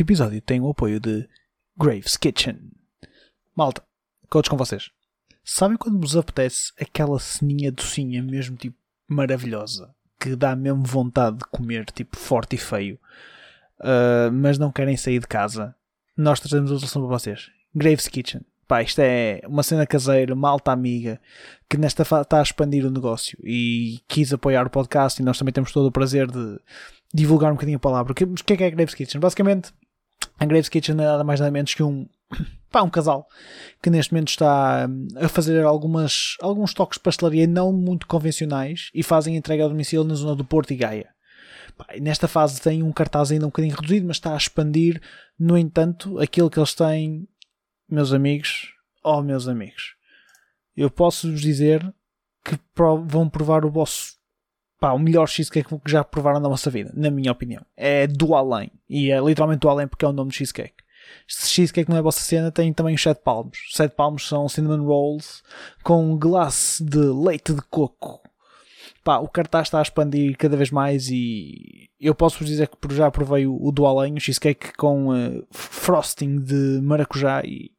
Este episódio tem o apoio de Graves Kitchen. Malta, coach com vocês. Sabem quando vos apetece aquela ceninha docinha mesmo tipo maravilhosa, que dá mesmo vontade de comer tipo forte e feio, mas não querem sair de casa? Nós trazemos a solução para vocês. Graves Kitchen. Pá, isto é uma cena caseira, malta amiga, que nesta está a expandir o negócio e quis apoiar o podcast, e nós também temos todo o prazer de divulgar um bocadinho a palavra. O que é que é a Graves Kitchen? Basicamente, a Graves Kitchen é nada mais nada menos que um casal que neste momento está a fazer alguns toques de pastelaria não muito convencionais e fazem entrega a domicílio na zona do Porto e Gaia. Nesta fase tem um cartaz ainda um bocadinho reduzido, mas está a expandir. No entanto, aquilo que eles têm, meus amigos, eu posso-vos dizer que vão provar o vosso, o melhor cheesecake que já provaram na vossa vida, na minha opinião. É do além, e é literalmente do além porque é o nome de cheesecake. Se cheesecake não é a vossa cena, tem também os 7 palmos. 7 palmos são cinnamon rolls com glace de leite de coco. O cartaz está a expandir cada vez mais e eu posso-vos dizer que já provei o do além, o cheesecake com frosting de maracujá e...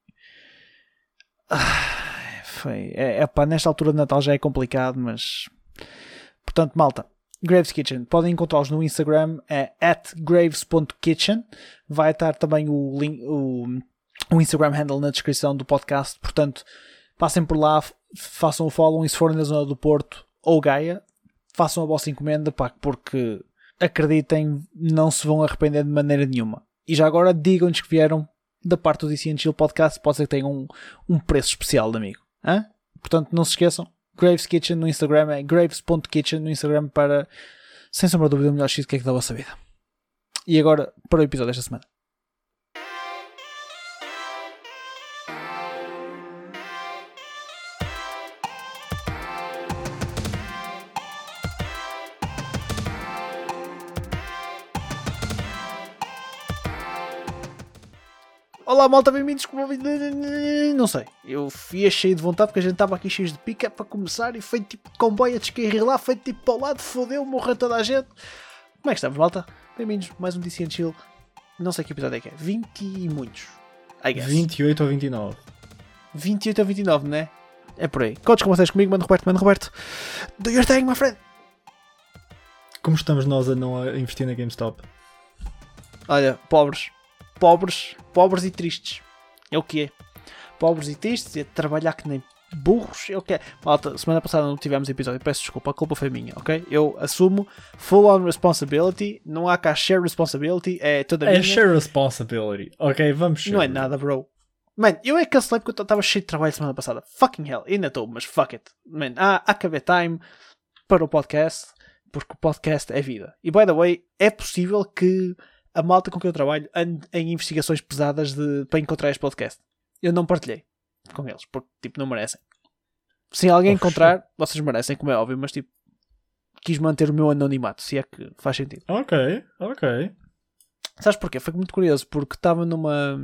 nesta altura de Natal já é complicado, mas... Portanto, malta, Graves Kitchen, podem encontrá-los no Instagram, é @graves.kitchen. Vai estar também o link, o Instagram handle na descrição do podcast. Portanto, passem por lá, façam o follow, e se forem na zona do Porto ou Gaia, façam a vossa encomenda, porque acreditem, não se vão arrepender de maneira nenhuma. E já agora digam-nos que vieram da parte do DC Chill Podcast, pode ser que tenham um preço especial de amigo. Portanto, não se esqueçam, Graves Kitchen no Instagram, é graves.kitchen no Instagram para, sem sombra de dúvida, o melhor cheesecake da vossa vida. E agora, para o episódio desta semana. Olá malta, bem-vindos. Não sei, eu fui cheio de vontade porque a gente estava aqui cheio de pica para começar e foi tipo comboio a descarrilar, foi tipo para o lado, fodeu, morreu toda a gente. Como é que estamos, malta? Bem-vindos, mais um DC Chill. Não sei que episódio é que é, 20 e muitos, I guess. 28 ou 29. 28 ou 29, né? É por aí. Coach com vocês, comigo, Mano Roberto. Do your thing, my friend. Como estamos nós a não investir na GameStop? Olha, pobres e tristes. É o que é. Pobres e tristes, e a trabalhar que nem burros. É o que é. Malta, semana passada não tivemos episódio, peço desculpa, a culpa foi minha, ok? Eu assumo full on responsibility, não há cá share responsibility, é toda minha. É share responsibility, ok, vamos share. Não é nada, bro. Man, eu é que cancelei porque eu estava cheio de trabalho semana passada. Fucking hell, ainda estou, mas fuck it. Man, há que haver time para o podcast, porque o podcast é vida. E by the way, é possível que a malta com que eu trabalho ande em investigações pesadas para encontrar este podcast. Eu não partilhei com eles, porque tipo, não merecem. Se alguém encontrar, vocês merecem, como é óbvio, mas tipo, quis manter o meu anonimato, se é que faz sentido. Ok. Sabes porquê? Foi muito curioso, porque estava numa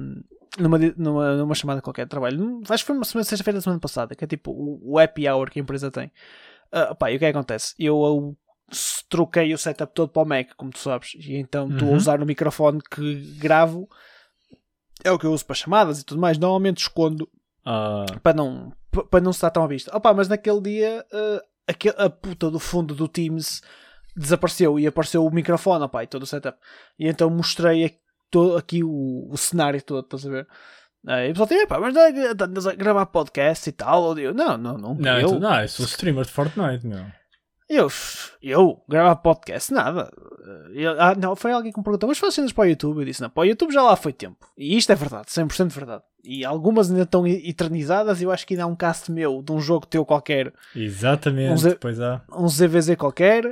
chamada qualquer de trabalho, acho que foi uma sexta-feira da semana passada, que é tipo o happy hour que a empresa tem. E o que é que acontece? Eu troquei o setup todo para o Mac, como tu sabes, e então estou a usar o microfone que gravo, é o que eu uso para chamadas e tudo mais. Normalmente escondo para não estar tão à vista. Mas naquele dia a puta do fundo do Teams desapareceu e apareceu o microfone, e todo o setup, e então mostrei aqui o cenário todo, estás a ver? E o pessoal tem, mas andas a gravar podcast e tal. Eu, não, eu sou streamer de Fortnite, meu. Eu gravar podcast, nada. Não, foi alguém que me perguntou, mas faz cenas para o YouTube? Eu disse, não, para o YouTube já lá foi tempo. E isto é verdade, 100% verdade. E algumas ainda estão eternizadas. Eu acho que ainda há um cast meu de um jogo teu qualquer. Exatamente, depois há um ZVZ qualquer.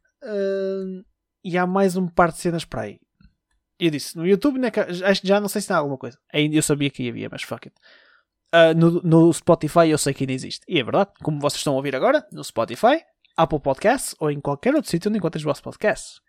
E há mais um par de cenas para aí. E eu disse, no YouTube, acho que já não sei se há alguma coisa. Ainda eu sabia que havia, mas fuck it. No Spotify eu sei que ainda existe. E é verdade, como vocês estão a ouvir agora, no Spotify, Apple Podcasts ou em qualquer outro sítio onde encontres os vossos podcasts.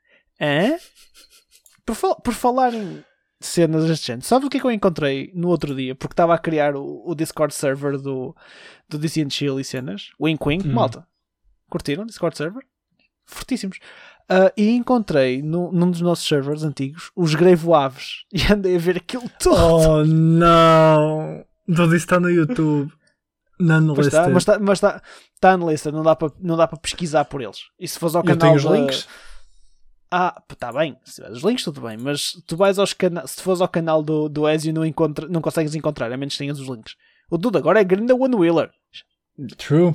Por falar em cenas deste género, sabes o que é que eu encontrei no outro dia? Porque estava a criar o Discord server do DC Chill e cenas. Wink wink, malta. Curtiram o Discord server? Fortíssimos. E encontrei num dos nossos servers antigos os Greivoaves e andei a ver aquilo tudo. Oh não! Então isso está no YouTube. Unlisted. Mas está unlisted, não dá para pesquisar por eles. E se fores ao canal. Eu tenho os links. Está bem, se tiveres os links, tudo bem, mas tu vais se fores ao canal do Ezio, não consegues encontrar, a menos que tenhas os links. O Dude agora é grande One Wheeler. True.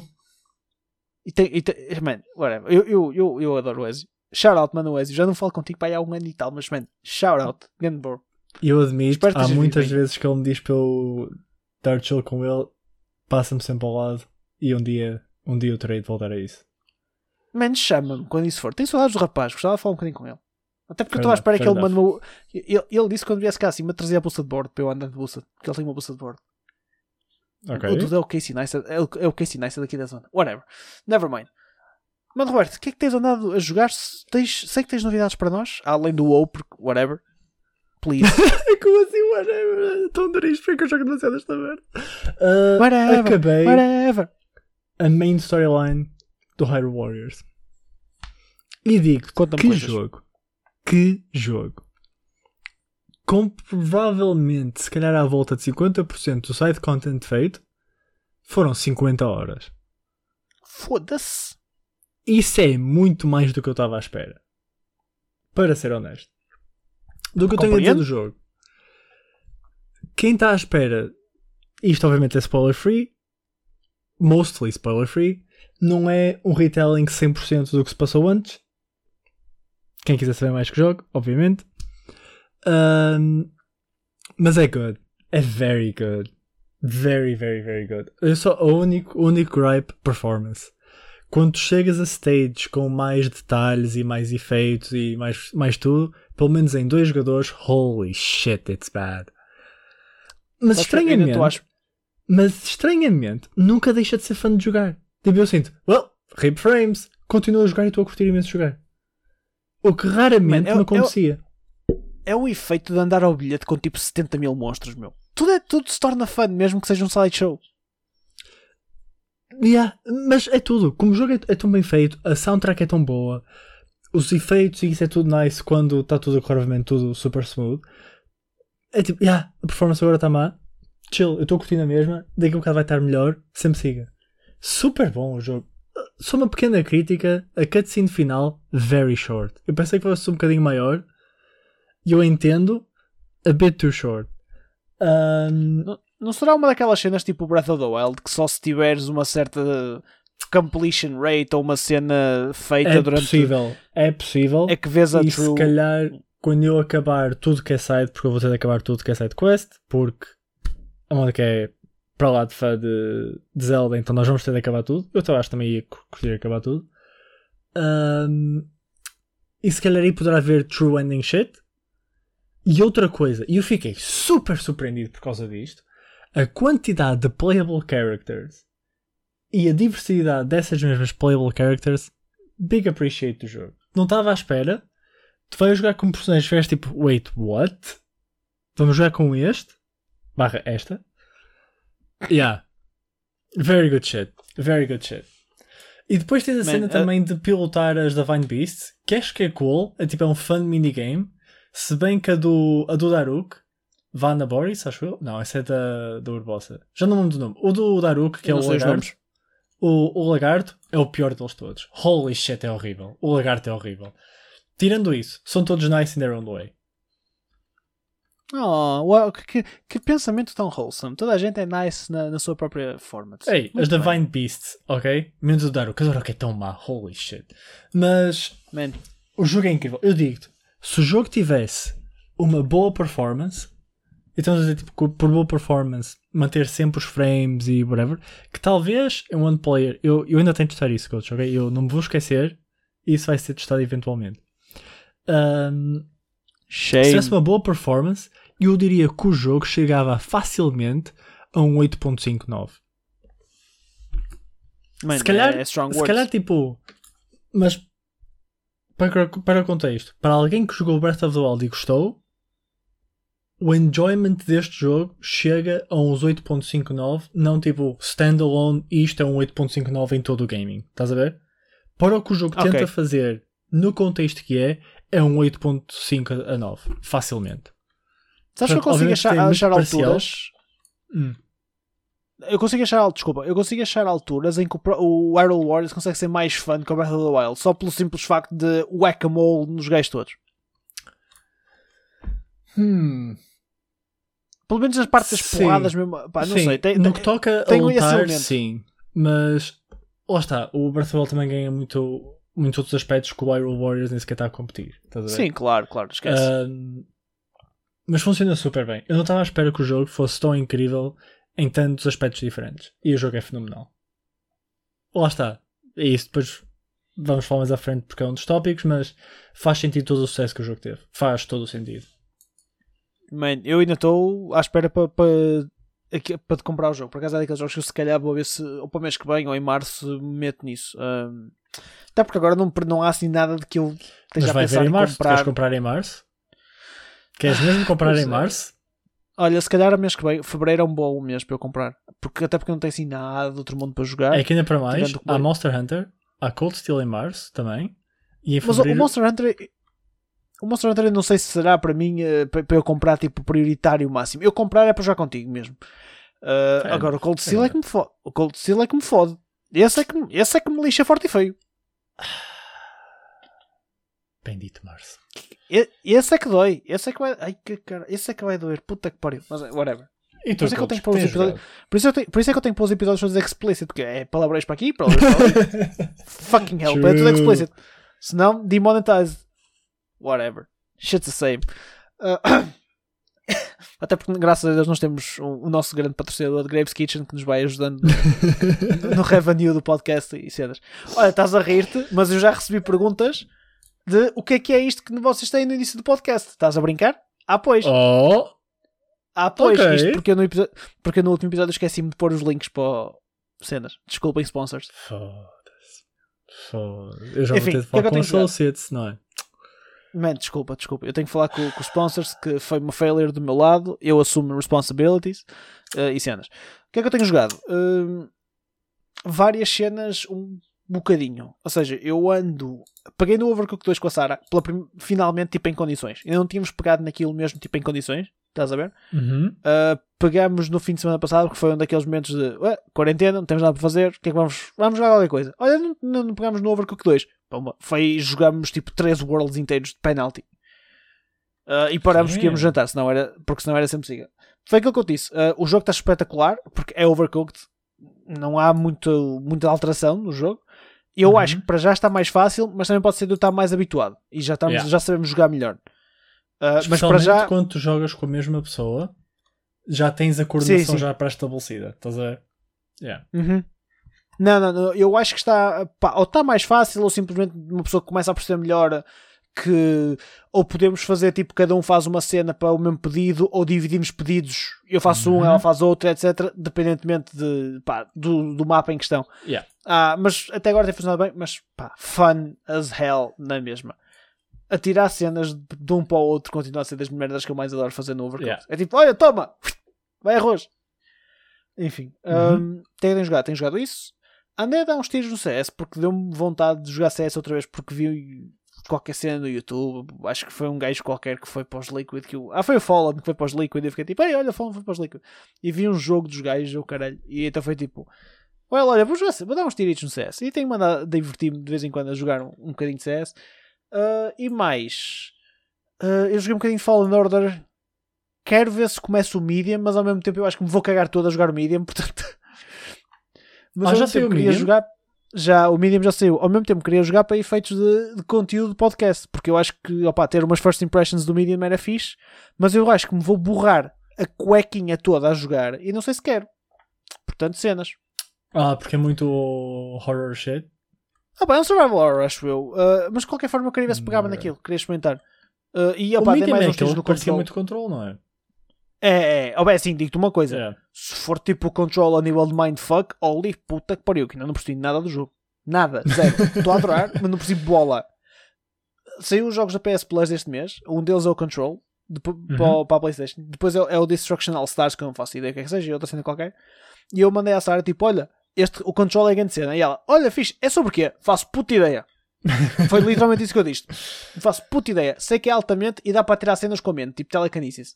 Man, whatever. Eu adoro o Ezio. Shout out, mano, o Ezio. Já não falo contigo para aí há um ano e tal, mas, man, shout out. Grande bro. Eu admito, há muitas vezes que ele me diz para eu dar chill com ele, passa-me sempre ao lado e um dia eu terei de voltar a isso. Man, chama-me quando isso for. Tenho saudades do rapaz, gostava de falar um bocadinho com ele. Até porque eu estou à espera que ele mande uma... Ele disse que quando viesse cá acima trazia a bolsa de bordo para eu andar de bolsa, porque ele tem uma bolsa de bordo. Okay. O Dude é o Casey Neistat, é o Casey Neistat daqui da zona. Whatever. Never mind. Mano, Roberto, o que é que tens andado a jogar? Sei que tens novidades para nós, além do WoW, porque whatever. Please. Como assim, whatever? Tão triste porque eu jogo demasiado esta merda. Acabei whatever. A main storyline do Hyrule Warriors. E digo, que jogo. Com provavelmente, se calhar à volta de 50% do side content feito, foram 50 horas. Foda-se. Isso é muito mais do que eu estava à espera. Para ser honesto. Do que eu tenho a dizer do jogo. Quem está à espera, isto obviamente é spoiler free, mostly spoiler free, não é um retelling 100% do que se passou antes. Quem quiser saber mais que jogo, obviamente. Mas é good. É very good. Very, very, very good. Eu só o único gripe, performance. Quando tu chegas a stage com mais detalhes e mais efeitos e mais tudo, pelo menos em 2 jogadores, holy shit, it's bad. Mas estranhamente, nunca deixa de ser fã de jogar. Tipo, eu sinto, rip frames, continuo a jogar e estou a curtir imenso jogar. O que raramente me acontecia. É o efeito de andar ao bilhete com tipo 70 mil monstros, meu. Tudo se torna fun, mesmo que seja um slideshow. Yeah, mas é tudo. Como o jogo é tão bem feito, a soundtrack é tão boa, os efeitos e isso é tudo nice quando está tudo obviamente tudo super smooth. É tipo, a performance agora está má. Chill, eu estou curtindo a mesma. Daqui a bocado vai estar melhor. Sempre siga. Super bom o jogo. Só uma pequena crítica. A cutscene final, very short. Eu pensei que fosse um bocadinho maior. E eu entendo. A bit too short. Não será uma daquelas cenas tipo Breath of the Wild que só se tiveres uma certa completion rate ou uma cena feita durante... É possível. É que vês a e true... se calhar quando eu acabar tudo que é side, porque eu vou ter de acabar tudo que é side quest, porque a moda que é para lá de fã de Zelda, então nós vamos ter de acabar tudo. Eu acho que também ia curtir acabar tudo. E se calhar aí poderá haver true ending shit. E outra coisa, e eu fiquei super surpreendido por causa disto, a quantidade de playable characters e a diversidade dessas mesmas playable characters, big appreciate do jogo. Não estava à espera. Tu vais jogar com personagens que és tipo, wait, what? Vamos jogar com este? / esta? Yeah. Very good shit. Very good shit. E depois tens a cena também de pilotar as Divine Beasts, que acho que é cool. É tipo, é um fun minigame. Se bem que a do Daruk, Vanna Boris, acho eu. Não, essa é da Urbosa. Já não lembro do nome. O do Daruk, que é o lagarto. O lagarto é o pior deles todos. Holy shit, é horrível. O lagarto é horrível. Tirando isso, são todos nice in their own way. Oh, wow, que pensamento tão wholesome. Toda a gente é nice na sua própria forma. Ei, as Divine Beasts, ok? Menos o Daruk. O Daruk é tão má. Holy shit. Mas o jogo é incrível. Eu digo-te, se o jogo tivesse uma boa performance, então a dizer, tipo, por boa performance, manter sempre os frames e whatever, que talvez em one player, eu ainda tenho de testar isso, coach, ok? Eu não me vou esquecer e isso vai ser testado eventualmente. Se tivesse uma boa performance, eu diria que o jogo chegava facilmente a um 8.59. Se calhar tipo, mas para contexto, para alguém que jogou Breath of the Wild e gostou, o enjoyment deste jogo chega a uns 8.59, não tipo standalone, isto é um 8.59 em todo o gaming, estás a ver? Para o que o jogo tenta fazer no contexto que é um 8.5 a 9, facilmente. Sabes que eu consigo achar alturas... Eu consigo achar alturas em que o Hyrule Warriors consegue ser mais fun que o Breath of the Wild, só pelo simples facto de whack-a-mole nos gajos todos. Pelo menos nas partes das porradas mesmo. Pá, não sei. No que toca a lutar, sim. Mas, lá está, o Breath of the Wild também ganha muito outros aspectos que o Hyrule Warriors nem sequer está a competir. Estás a ver? Sim, claro, esquece. Mas funciona super bem. Eu não estava à espera que o jogo fosse tão incrível em tantos aspectos diferentes. E o jogo é fenomenal. Lá está. É isso. Depois vamos falar mais à frente porque é um dos tópicos, mas faz sentido todo o sucesso que o jogo teve. Faz todo o sentido. Man, eu ainda estou à espera para te comprar o jogo. Por acaso é daqueles jogos que eu se calhar vou ver se ou para o mês que vem ou em março me meto nisso. Até porque agora não há assim nada de que eu esteja a pensar em março? Comprar. Queres comprar em março? Queres mesmo comprar em março? Olha, se calhar o mês que vem, fevereiro é um bom mês para eu comprar. Até porque não tem assim nada de outro mundo para jogar. É que ainda para mais, há Monster Hunter, há Cold Steel em março também. E em fevereiro... Mas o Monster Hunter eu não sei se será para mim para eu comprar tipo prioritário máximo. Eu comprar é para jogar contigo mesmo. Agora o Cold Steel é que me fode. O Cold Steel é que me fode. Esse é que me lixa forte e feio. Bendito março. Esse é que dói. Esse é que vai. Ai, que cara. Esse é que vai doer. Puta que pariu. Mas whatever. E por isso é que eu tenho que pôr os episódios. Por isso é que eu tenho que pôr os episódios todos explicit. Porque é palavras para aqui, palavras para ali. Fucking hell. É tudo explicit. Se não, demonetized. Whatever. Shit's the same. Até porque, graças a Deus, nós temos o nosso grande patrocinador de Graves Kitchen que nos vai ajudando no revenue do podcast e cenas. Olha, estás a rir-te, mas eu já recebi perguntas de o que é isto que vocês têm no início do podcast. Estás a brincar? Pois. Pois. Okay. Isto porque no último episódio esqueci-me de pôr os links para cenas. Desculpem, sponsors. Foda-se. Eu já vou ter de falar com os associates, não é? Man, desculpa. Eu tenho que falar com os sponsors, que foi uma failure do meu lado. Eu assumo responsibilities e cenas. O que é que eu tenho jogado? Várias cenas, um bocadinho. Ou seja, eu ando... Peguei no Overcooked 2 com a Sarah, finalmente, tipo, em condições. Ainda não tínhamos pegado naquilo mesmo, tipo, em condições. Estás a ver? Pegámos no fim de semana passado, que foi um daqueles momentos de quarentena, não temos nada para fazer, o que é que vamos jogar qualquer coisa. Olha, não pegámos no Overcooked 2. Jogamos tipo 3 worlds inteiros de penalty. E parámos porque íamos jantar, porque senão era sempre siga. Foi aquilo que eu disse. O jogo está espetacular, porque é Overcooked. Não há muita alteração no jogo. Eu acho que para já está mais fácil, mas também pode ser de eu estar mais habituado. E já sabemos jogar melhor. Mas para já, quando tu jogas com a mesma pessoa, já tens a coordenação já pré-estabelecida. Estás a ver? Não, eu acho que está ou está mais fácil, ou simplesmente uma pessoa que começa a perceber melhor que ou podemos fazer tipo, cada um faz uma cena para o mesmo pedido, ou dividimos pedidos, eu faço um, ela faz outro, etc, dependentemente do mapa em questão. Mas até agora tem funcionado bem, mas fun as hell na mesma. Atirar cenas de um para o outro continua a ser das merdas que eu mais adoro fazer no Overcooked. É tipo, olha, toma, vai arroz. Enfim, tenho jogado isso. Andei a dar uns tiros no CS porque deu-me vontade de jogar CS outra vez, porque vi qualquer cena no YouTube. Acho que foi um gajo qualquer que foi para os Liquid foi o Fallen que foi para os Liquid e eu fiquei tipo, ei, olha, Fallen foi para os Liquid, e vi um jogo dos gajos, o caralho, e então foi tipo, olha, vou dar uns tiritos no CS, e tenho mandado divertir-me de vez em quando a jogar um bocadinho de CS. E mais, eu joguei um bocadinho de Fallen Order. Quero ver se começo o Medium, mas ao mesmo tempo eu acho que me vou cagar todo a jogar o Medium, portanto. Mas já saiu o Medium? O Medium já saiu. Ao mesmo tempo queria jogar para efeitos de conteúdo de podcast, porque eu acho que ter umas first impressions do Medium era fixe, mas eu acho que me vou borrar a cuequinha toda a jogar e não sei se quero. Portanto, cenas. Porque é muito horror shit. É um survival horror, acho eu. Mas de qualquer forma eu queria ver se pegava naquilo, queria experimentar. O Medium mais uns tiros no control. Muito control, não é? Assim, digo-te uma coisa. Se for tipo o control a nível de mindfuck, holy puta que pariu, que ainda não percebi nada do jogo. Nada, zero. Estou a adorar, mas não percebi bola. Saiu os jogos da PS Plus deste mês. Um deles é o Control, para a PlayStation. Depois é o Destruction All Stars, que eu não faço ideia o que é que seja, outra cena qualquer. E eu mandei à Sarah tipo, olha, o Control é grande cena. E ela, olha, fixe, é sobre o quê? Faço puta ideia. Foi literalmente isso que eu disse. Não faço puta ideia. Sei que é altamente e dá para tirar cenas com a mente, tipo telekinesis.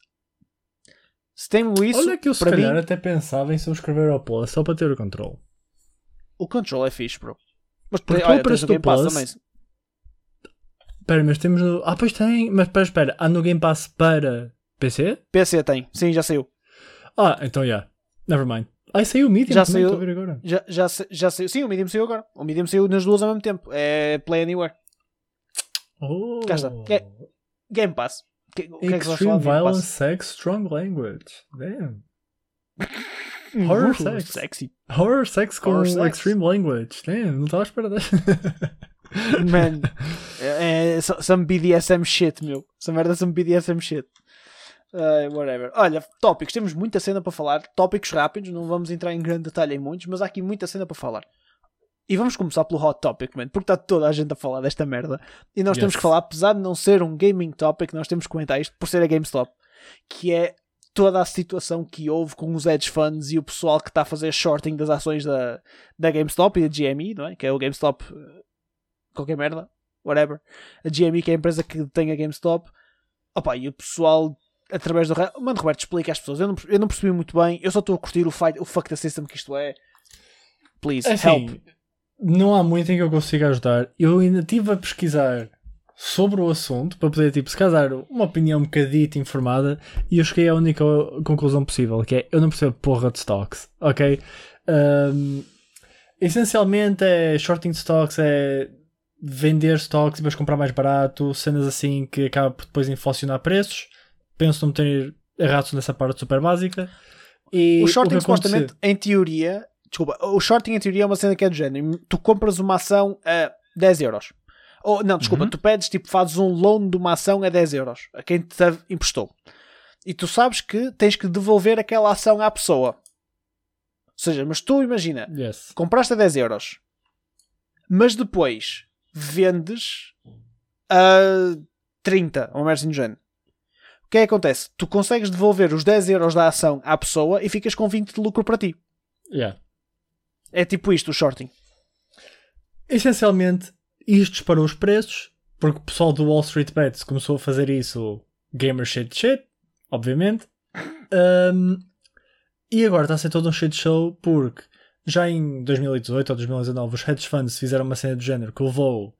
Se tenho isso, olha que eu se para calhar mim, até pensava em subscrever ao Plus só para ter o controle. o control é fixe, bro. Mas Porque olha, tu tens aparece o do Game Pass Plus. também. Espera, mas temos no... Ah, pois tem. Mas espera. Há no Game Pass para PC? PC tem. Sim, já saiu. Ah, então já. Never mind. Ah, saiu o Medium Já também, saiu. estou a ver agora. Já saiu. Sim, o Medium saiu agora. O Medium saiu nas duas ao mesmo tempo. É Play Anywhere. Oh. Cá está. Game Pass. O que é que vais falar Extreme de Game Violence, Pass? Sex, Strong Language. Damn. Horror sex. Sexy. Horror Sex com Horror sex. Extreme Language. Damn, não estava à espera dessa. Man. Some BDSM shit, meu. Essa merda é some BDSM shit. Whatever. Olha, tópicos. Temos muita cena para falar. Tópicos rápidos. Não vamos entrar em grande detalhe em muitos, mas há aqui muita cena para falar. E vamos começar pelo Hot Topic, man, porque está toda a gente a falar desta merda. E nós temos que falar, apesar de não ser um gaming topic, nós temos que comentar isto por ser a GameStop. Que é toda a situação que houve com os hedge funds e o pessoal que está a fazer shorting das ações da GameStop e da GME, não é? Que é o GameStop... qualquer merda. Whatever. A GME, que é a empresa que tem a GameStop. Opa, e o pessoal... através do... Mano, Roberto, explica às pessoas. Eu não percebi muito bem. Eu só estou a curtir o fuck the system que isto é. Please, help. Não há muito em que eu consiga ajudar. Eu ainda estive a pesquisar sobre o assunto para poder, tipo, se calhar, uma opinião um bocadito informada, e eu cheguei à única conclusão possível, que é, eu não percebo porra de stocks, ok? Essencialmente é shorting stocks, é vender stocks e depois comprar mais barato, cenas assim que acaba por depois inflacionar preços. Penso não ter errado nessa parte super básica. E o shorting, supostamente, em teoria... Desculpa, o shorting em teoria é uma cena que é do género. Tu compras uma ação a 10 euros. Ou, não, desculpa, tu pedes, tipo, fazes um loan de uma ação a 10 euros a quem te emprestou. E tu sabes que tens que devolver aquela ação à pessoa. Ou seja, mas tu imagina, compraste a 10 euros, mas depois vendes a 30, ou mais assim do género. O que é que acontece? Tu consegues devolver os 10 euros da ação à pessoa e ficas com 20 de lucro para ti. É tipo isto, o shorting. Essencialmente, isto disparou os preços, porque o pessoal do Wall Street Bets começou a fazer isso, gamer shit, obviamente. E agora está a ser todo um shit show, porque já em 2018 ou 2019 os hedge funds fizeram uma cena do género que levou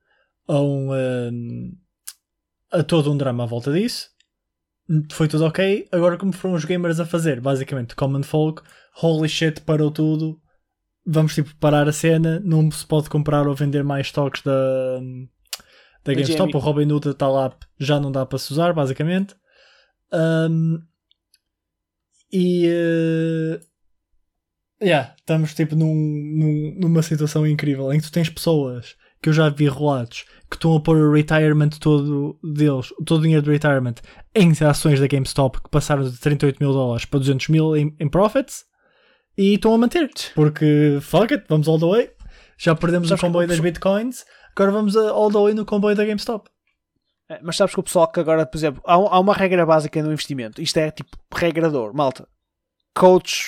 a todo um drama à volta disso. Foi tudo ok. Agora, como foram os gamers a fazer, basicamente, common folk, holy shit, parou tudo. Vamos tipo parar a cena, não se pode comprar ou vender mais stocks da GameStop. O Robinhood está lá, já não dá para se usar, basicamente. Estamos tipo numa situação incrível em que tu tens pessoas que eu já vi relatos que estão a pôr o retirement todo deles, todo o dinheiro do retirement em ações da GameStop que passaram de 38 mil dólares para 200 mil em profits. E estão a manter, porque fuck it, vamos all the way. Já perdemos o comboio das bitcoins, agora vamos all the way no comboio da GameStop. Mas sabes que o pessoal que agora, por exemplo, há uma regra básica no investimento. Isto é tipo regrador, malta. Coach,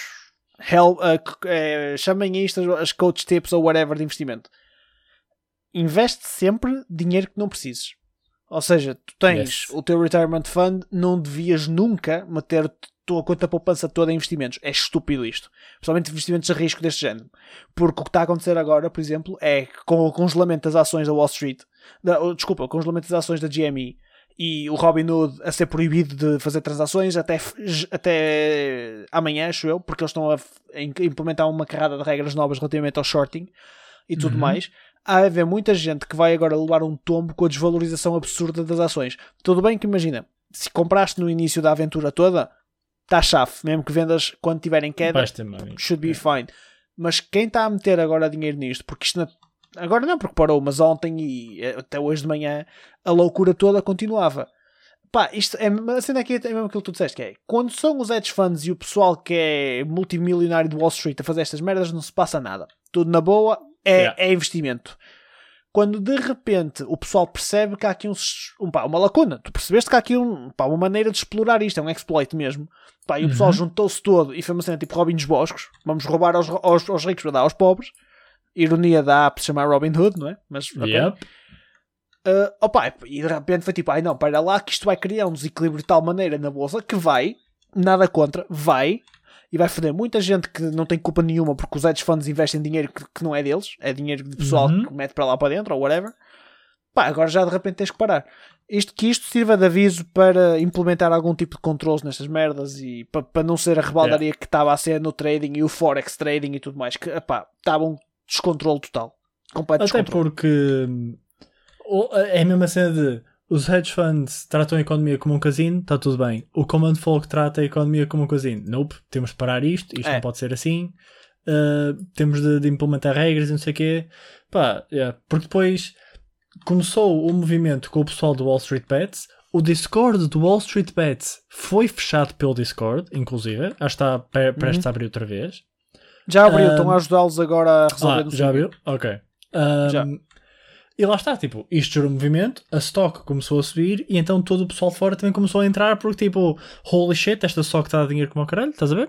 chamem isto as coach tips ou whatever de investimento. Investe sempre dinheiro que não precises. Ou seja, tu tens o teu retirement fund, não devias nunca meter tua conta poupança toda em investimentos. É estúpido isto. Principalmente investimentos a risco deste género. Porque o que está a acontecer agora, por exemplo, é que com o congelamento das ações da Wall Street, o congelamento das ações da GME e o Robinhood a ser proibido de fazer transações até amanhã, acho eu, porque eles estão a implementar uma carrada de regras novas relativamente ao shorting e tudo mais. Há a haver muita gente que vai agora levar um tombo com a desvalorização absurda das ações. Tudo bem que imagina, se compraste no início da aventura toda, está chave, mesmo que vendas quando tiver em queda, should be fine. Mas quem está a meter agora dinheiro nisto, porque isto agora não, porque parou, mas ontem e até hoje de manhã a loucura toda continuava. Pá, isto é a cena aqui, é mesmo aquilo que tu disseste, que é quando são os hedge funds e o pessoal que é multimilionário de Wall Street a fazer estas merdas, não se passa nada, tudo na boa, é investimento. Quando de repente o pessoal percebe que há aqui uma lacuna, tu percebeste que há aqui uma maneira de explorar isto, é um exploit mesmo. Pá, e o pessoal juntou-se todo e foi uma cena tipo Robin dos Bosques, vamos roubar aos ricos para dar aos pobres. Ironia da app se chamar Robin Hood, não é? Mas, okay. E de repente foi tipo, ai não, para lá que isto vai criar um desequilíbrio de tal maneira na bolsa que vai, nada contra, vai, e vai foder muita gente que não tem culpa nenhuma porque os hedge funds investem dinheiro que não é deles, é dinheiro de pessoal que mete para lá para dentro ou whatever. Agora já de repente tens que parar. Isto sirva de aviso para implementar algum tipo de controles nestas merdas e para não ser a rebaldaria que estava a ser no trading e o forex trading e tudo mais, que estava um descontrole total, completo até descontrole. Porque é a mesma cena de os hedge funds tratam a economia como um casino, está tudo bem. O common folk trata a economia como um casino. Nope, temos de parar isto não pode ser assim. Temos de implementar regras e não sei o quê. Porque depois começou o movimento com o pessoal do Wall Street Bets. O Discord do Wall Street Bets foi fechado pelo Discord, inclusive. Acho que está prestes a abrir outra vez. Já abriu, estão a ajudá-los agora a resolver. Já abriu? Ok. Já. E lá está, tipo, isto gerou movimento, a stock começou a subir e então todo o pessoal de fora também começou a entrar porque tipo, holy shit, esta stock está a dar dinheiro como ao caralho, estás a ver?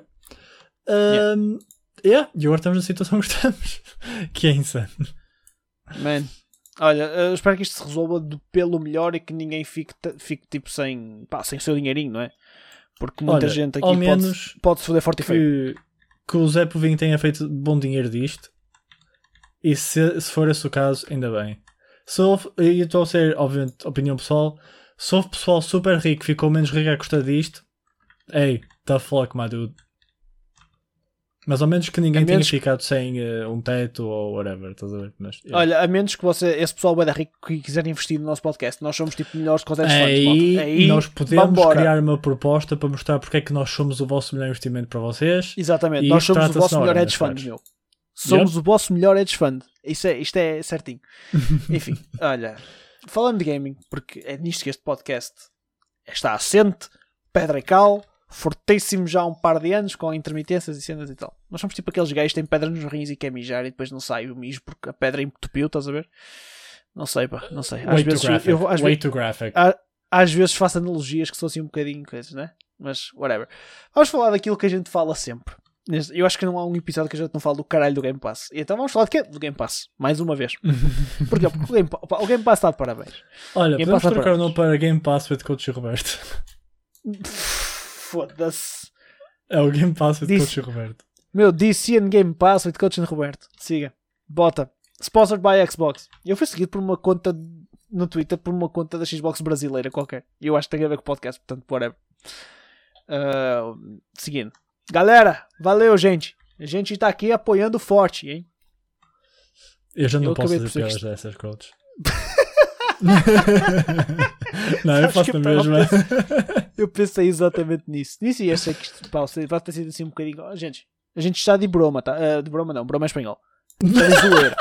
E agora estamos na situação que estamos, que é insano. Man, olha, eu espero que isto se resolva pelo melhor e que ninguém fique tipo sem o seu dinheirinho, não é? Porque muita gente aqui pode se foder forte e feio. Que o Zé Povinho tenha feito bom dinheiro disto, e se for esse o caso, ainda bem. E estou a ser, obviamente, opinião pessoal, se houve pessoal super rico que ficou menos rico à custa disto, tough luck, my dude. Mas ao menos que ninguém tenha ficado sem um teto ou whatever, estás a ver? Mas, olha, a menos que esse pessoal bem rico que quiser investir no nosso podcast, nós somos tipo melhores que os hedge funds. Aí nós podemos criar uma proposta para mostrar porque é que nós somos o vosso melhor investimento para vocês. Exatamente, nós somos o vosso melhor hedge fund, meu. Somos o vosso melhor hedge fund. Isto é certinho. Enfim, olha, falando de gaming, porque é nisto que este podcast está assente, pedra e cal, fortíssimo já há um par de anos, com intermitências e cenas e tal. Nós somos tipo aqueles gajos que têm pedra nos rins e quer mijar e depois não sai o mijo porque a pedra entupiu, estás a ver? Não sei, não sei. Way too graphic. Às vezes faço analogias que são assim um bocadinho coisas, né? Mas, whatever. Vamos falar daquilo que a gente fala sempre. Eu acho que não há um episódio que a gente não fala do caralho do Game Pass. E então vamos falar de quê? Do Game Pass. Mais uma vez. Porquê? Porque o Game Pass está de parabéns. Olha, podemos trocar o nome para Game Pass with Coach Roberto. Foda-se. É o Game Pass with Coach Roberto. Meu, DC and Game Pass with Coach Roberto. Siga. Bota. Sponsored by Xbox. Eu fui seguido por uma conta no Twitter, por uma conta da Xbox brasileira qualquer. E eu acho que tem a ver com o podcast, portanto, whatever. Seguindo. Galera, valeu, gente. A gente está aqui apoiando forte, hein? Eu já não posso fazer piadas dessas, coach. Não, eu faço a mesma. Eu pensei exatamente nisso. E achei que isto vai ter sido assim um bocadinho. Gente, a gente está de broma, tá? De broma não, broma é espanhol. Está de zoeira.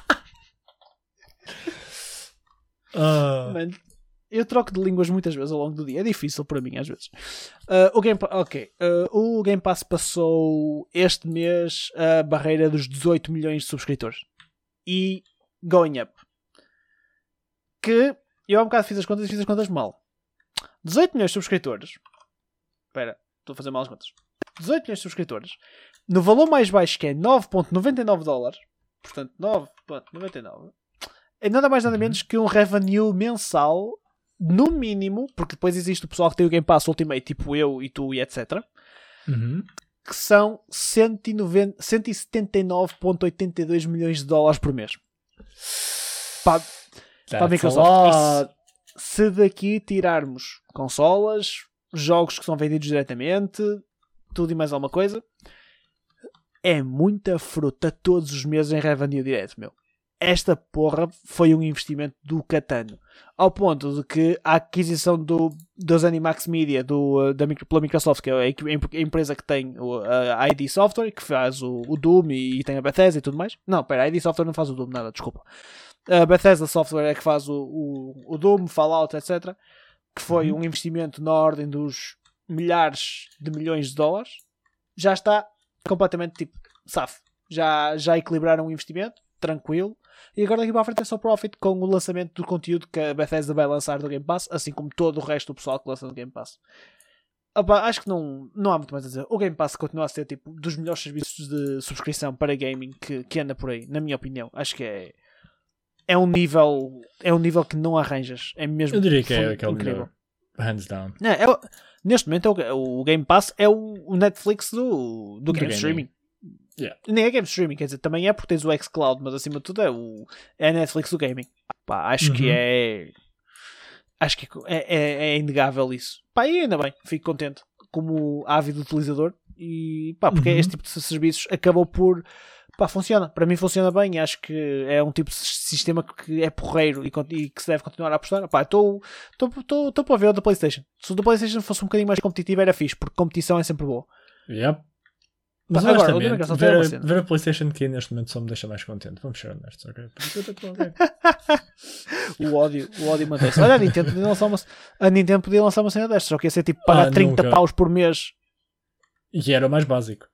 Mano, eu troco de línguas muitas vezes ao longo do dia. É difícil para mim, às vezes. O Game Pass passou este mês a barreira dos 18 milhões de subscritores. E going up. Que eu há um bocado fiz as contas mal. 18 milhões de subscritores. Espera, estou a fazer mal as contas. 18 milhões de subscritores. No valor mais baixo, que é $9.99. Portanto, 9.99. É nada mais nada menos que um revenue mensal, no mínimo, porque depois existe o pessoal que tem o Game Pass Ultimate, tipo eu e tu e etc. Que são 179.82 milhões de dólares por mês. Para a Microsoft. Se daqui tirarmos consolas, jogos que são vendidos diretamente, tudo e mais alguma coisa, é muita fruta todos os meses em revenue direto, meu. Esta porra foi um investimento do ao ponto de que a aquisição da ZeniMax Media pela Microsoft, que é a empresa que tem a ID Software, que faz o Doom e tem a Bethesda e tudo mais. Não, pera, a ID Software não faz o Doom, nada, desculpa. A Bethesda Software é que faz o Doom, Fallout, etc. Que foi um investimento na ordem dos milhares de milhões de dólares. Já está completamente tipo safo. Já equilibraram o investimento, tranquilo. E agora daqui para a frente é só profit com o lançamento do conteúdo que a Bethesda vai lançar do Game Pass, assim como todo o resto do pessoal que lança no Game Pass. Acho que não há muito mais a dizer. O Game Pass continua a ser tipo dos melhores serviços de subscrição para gaming que anda por aí, na minha opinião. Acho que é é um nível que não arranjas. É mesmo Eu diria que é aquele incrível. melhor. Hands down. Neste momento o Game Pass é o Netflix do game streaming. Yeah. Nem é game streaming, quer dizer, também é porque tens o xCloud, mas acima de tudo é a Netflix do gaming. Pá, acho que é inegável isso. Pá, e ainda bem, fico contente como ávido utilizador e pá, porque este tipo de serviços acabou por funciona. Para mim funciona bem e acho que é um tipo de sistema que é porreiro e que se deve continuar a apostar. Estou para ver o da PlayStation. Se o da PlayStation fosse um bocadinho mais competitivo era fixe, porque competição é sempre boa. Yep. Mas agora, ver a PlayStation que neste momento só me deixa mais contente. Vamos ser honestos, ok? o ódio mantém-se. Olha, a Nintendo podia lançar uma cena destas, só que ia ser tipo pagar 30 paus por mês. E era o mais básico.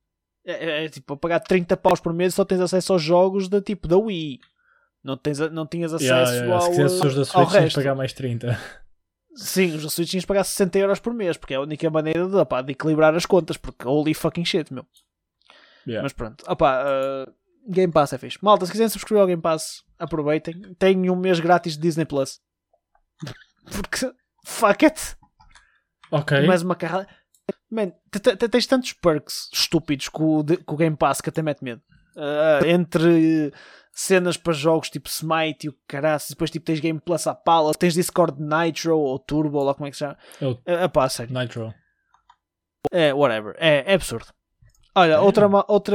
É tipo, pagar 30 paus por mês e só tens acesso aos jogos da Wii. Não tinhas acesso ao se quisesse os da Switch tens de pagar mais 30. Sim, os da Switch tinhas de pagar 60 euros por mês, porque é a única maneira de equilibrar as contas, porque holy fucking shit, meu. Yeah. Mas pronto, Game Pass é fixe. Malta, se quiserem subscrever ao Game Pass, aproveitem. Tenho um mês grátis de Disney Plus. Porque, fuck it. Ok. Mais uma carrada. Man, tens tantos perks estúpidos com o Game Pass que até mete medo. Entre cenas para jogos tipo Smite e o caraças, depois tipo tens Game Plus à pala, tens Discord Nitro ou Turbo, ou como é que se chama. Sério. Nitro. Whatever. É absurdo. Olha, outro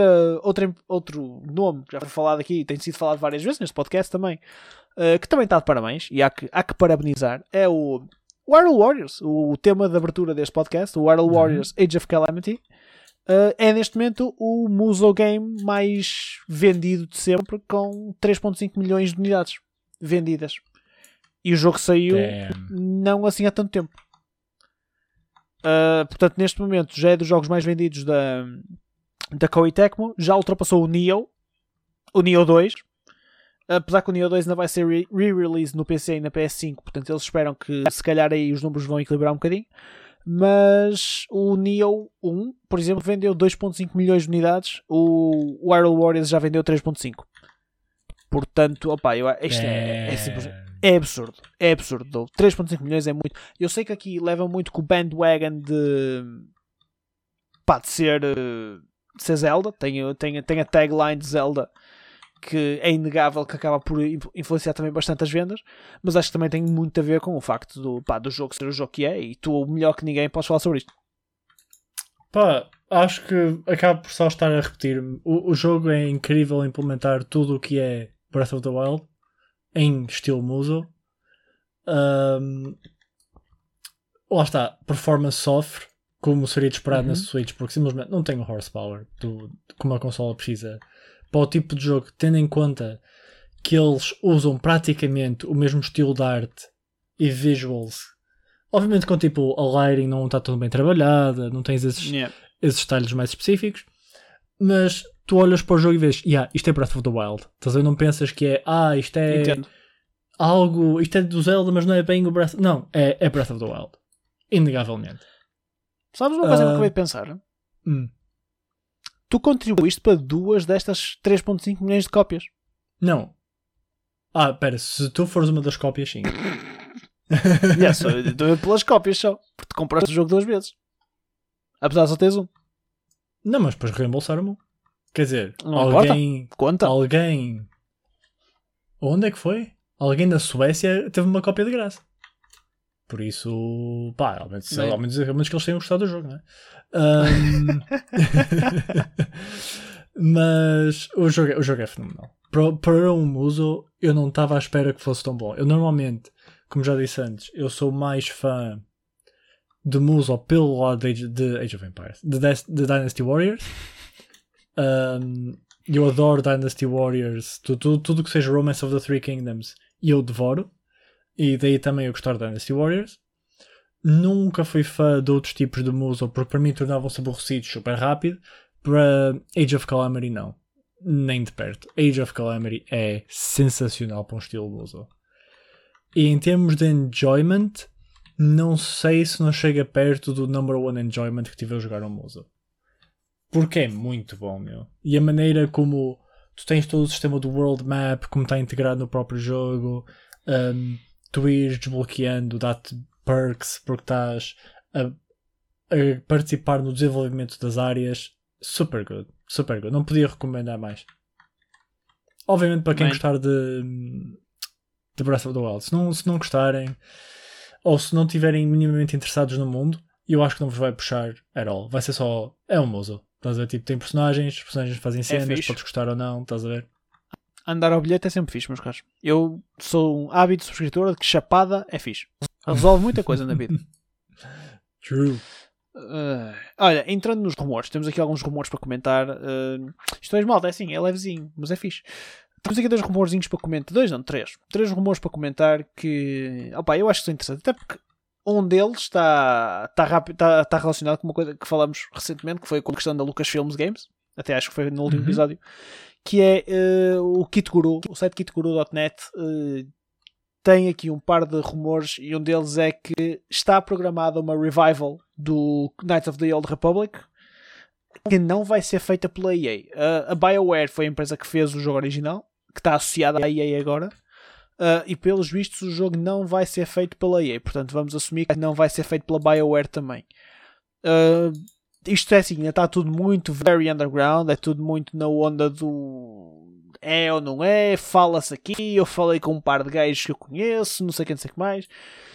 nome que já foi falado aqui, tem sido falado várias vezes neste podcast também, que também está de parabéns e há que parabenizar, é o Hyrule Warriors, o tema de abertura deste podcast, o Hyrule Warriors Age of Calamity. É neste momento o Muso game mais vendido de sempre, com 3.5 milhões de unidades vendidas. E o jogo saiu não assim há tanto tempo. Portanto, neste momento já é dos jogos mais vendidos da Koei Tecmo. Já ultrapassou o Nioh 2. Apesar que o Nioh 2 ainda vai ser re-release no PC e na PS5, portanto eles esperam que se calhar aí os números vão equilibrar um bocadinho. Mas o Nioh 1, por exemplo, vendeu 2.5 milhões de unidades. O Hyrule Warriors já vendeu 3.5. Portanto, isto é absurdo. É absurdo. 3.5 milhões é muito. Eu sei que aqui leva muito com o bandwagon de ser Zelda. Tem a tagline de Zelda, que é inegável que acaba por influenciar também bastante as vendas, mas acho que também tem muito a ver com o facto do jogo ser o jogo que é, e tu, melhor que ninguém, podes falar sobre isto. Acho que acabo por só estar a repetir-me. O jogo é incrível a implementar tudo o que é Breath of the Wild em estilo Muso. Lá está, performance sofre, como seria de esperar na Switch, porque simplesmente não tem o horsepower como a consola precisa para o tipo de jogo, tendo em conta que eles usam praticamente o mesmo estilo de arte e visuals. Obviamente com tipo a lighting não está tão bem trabalhada, não tens esses detalhes mais específicos, mas tu olhas para o jogo e vês, isto é Breath of the Wild. Estás a ver? Não pensas que isto é Entendo. algo, isto é do Zelda, mas não é bem o Breath. Não, é Breath of the Wild. Inegavelmente. Sabes uma coisa que eu acabei de pensar? Tu contribuíste para 2 destas 3.5 milhões de cópias. Não. Espera, se tu fores uma das cópias, sim. Só pelas cópias só. Porque tu compraste o jogo 2 vezes. Apesar de só teres um. Não, mas depois reembolsaram-me. Quer dizer, não alguém... Conta. Alguém... Onde é que foi? Alguém na Suécia teve uma cópia de graça. Por isso, ao menos que eles tenham gostado do jogo, não é? Mas o jogo é fenomenal. Para um Muso, eu não estava à espera que fosse tão bom. Eu normalmente, como já disse antes, eu sou mais fã de Muso pelo lado de Age of Empires, de Dynasty Warriors. Eu adoro Dynasty Warriors, tudo que seja Romance of the Three Kingdoms, eu devoro. E daí também eu gostar de Dynasty Warriors. Nunca fui fã de outros tipos de Muso, porque para mim tornavam-se aborrecidos super rápido. Para Age of Calamity não, nem de perto. Age of Calamity é sensacional para um estilo Muso. E em termos de enjoyment, não sei se não chega perto do number one enjoyment que tive a jogar um Muso, porque é muito bom, meu. E a maneira como tu tens todo o sistema do World Map, como está integrado no próprio jogo, tu ires desbloqueando, dá-te perks porque estás a participar no desenvolvimento das áreas. Super good, super good. Não podia recomendar mais. Obviamente para quem gostar de Breath of the Wild. Se não gostarem, ou se não estiverem minimamente interessados no mundo, eu acho que não vos vai puxar at all. Vai ser só... É um muzzle. Estás a ver? Tipo, tem personagens, os personagens fazem cenas, podes gostar ou não, estás a ver? Andar ao bilhete é sempre fixe, meus caros. Eu sou um ávido subscritor de que chapada é fixe. Resolve muita coisa na vida. True. Olha, entrando nos rumores, temos aqui alguns rumores para comentar. Isto é malta, é assim, é levezinho, mas é fixe. Temos aqui 2 rumorzinhos para comentar. 2 não, 3. 3 rumores para comentar que... Opa, eu acho que são interessantes. Até porque um deles está relacionado com uma coisa que falamos recentemente, que foi com a questão da Lucasfilms Games. Até acho que foi no último episódio. Que é o Kit Guru. O site kitguru.net tem aqui um par de rumores e um deles é que está programada uma revival do Knights of the Old Republic que não vai ser feita pela EA. A BioWare foi a empresa que fez o jogo original, que está associada à EA agora, e pelos vistos o jogo não vai ser feito pela EA, portanto vamos assumir que não vai ser feito pela BioWare também. Isto é assim, ainda está tudo muito very underground, é tudo muito na onda do é ou não é, fala-se aqui, eu falei com um par de gajos que eu conheço, não sei quem, não sei o que mais,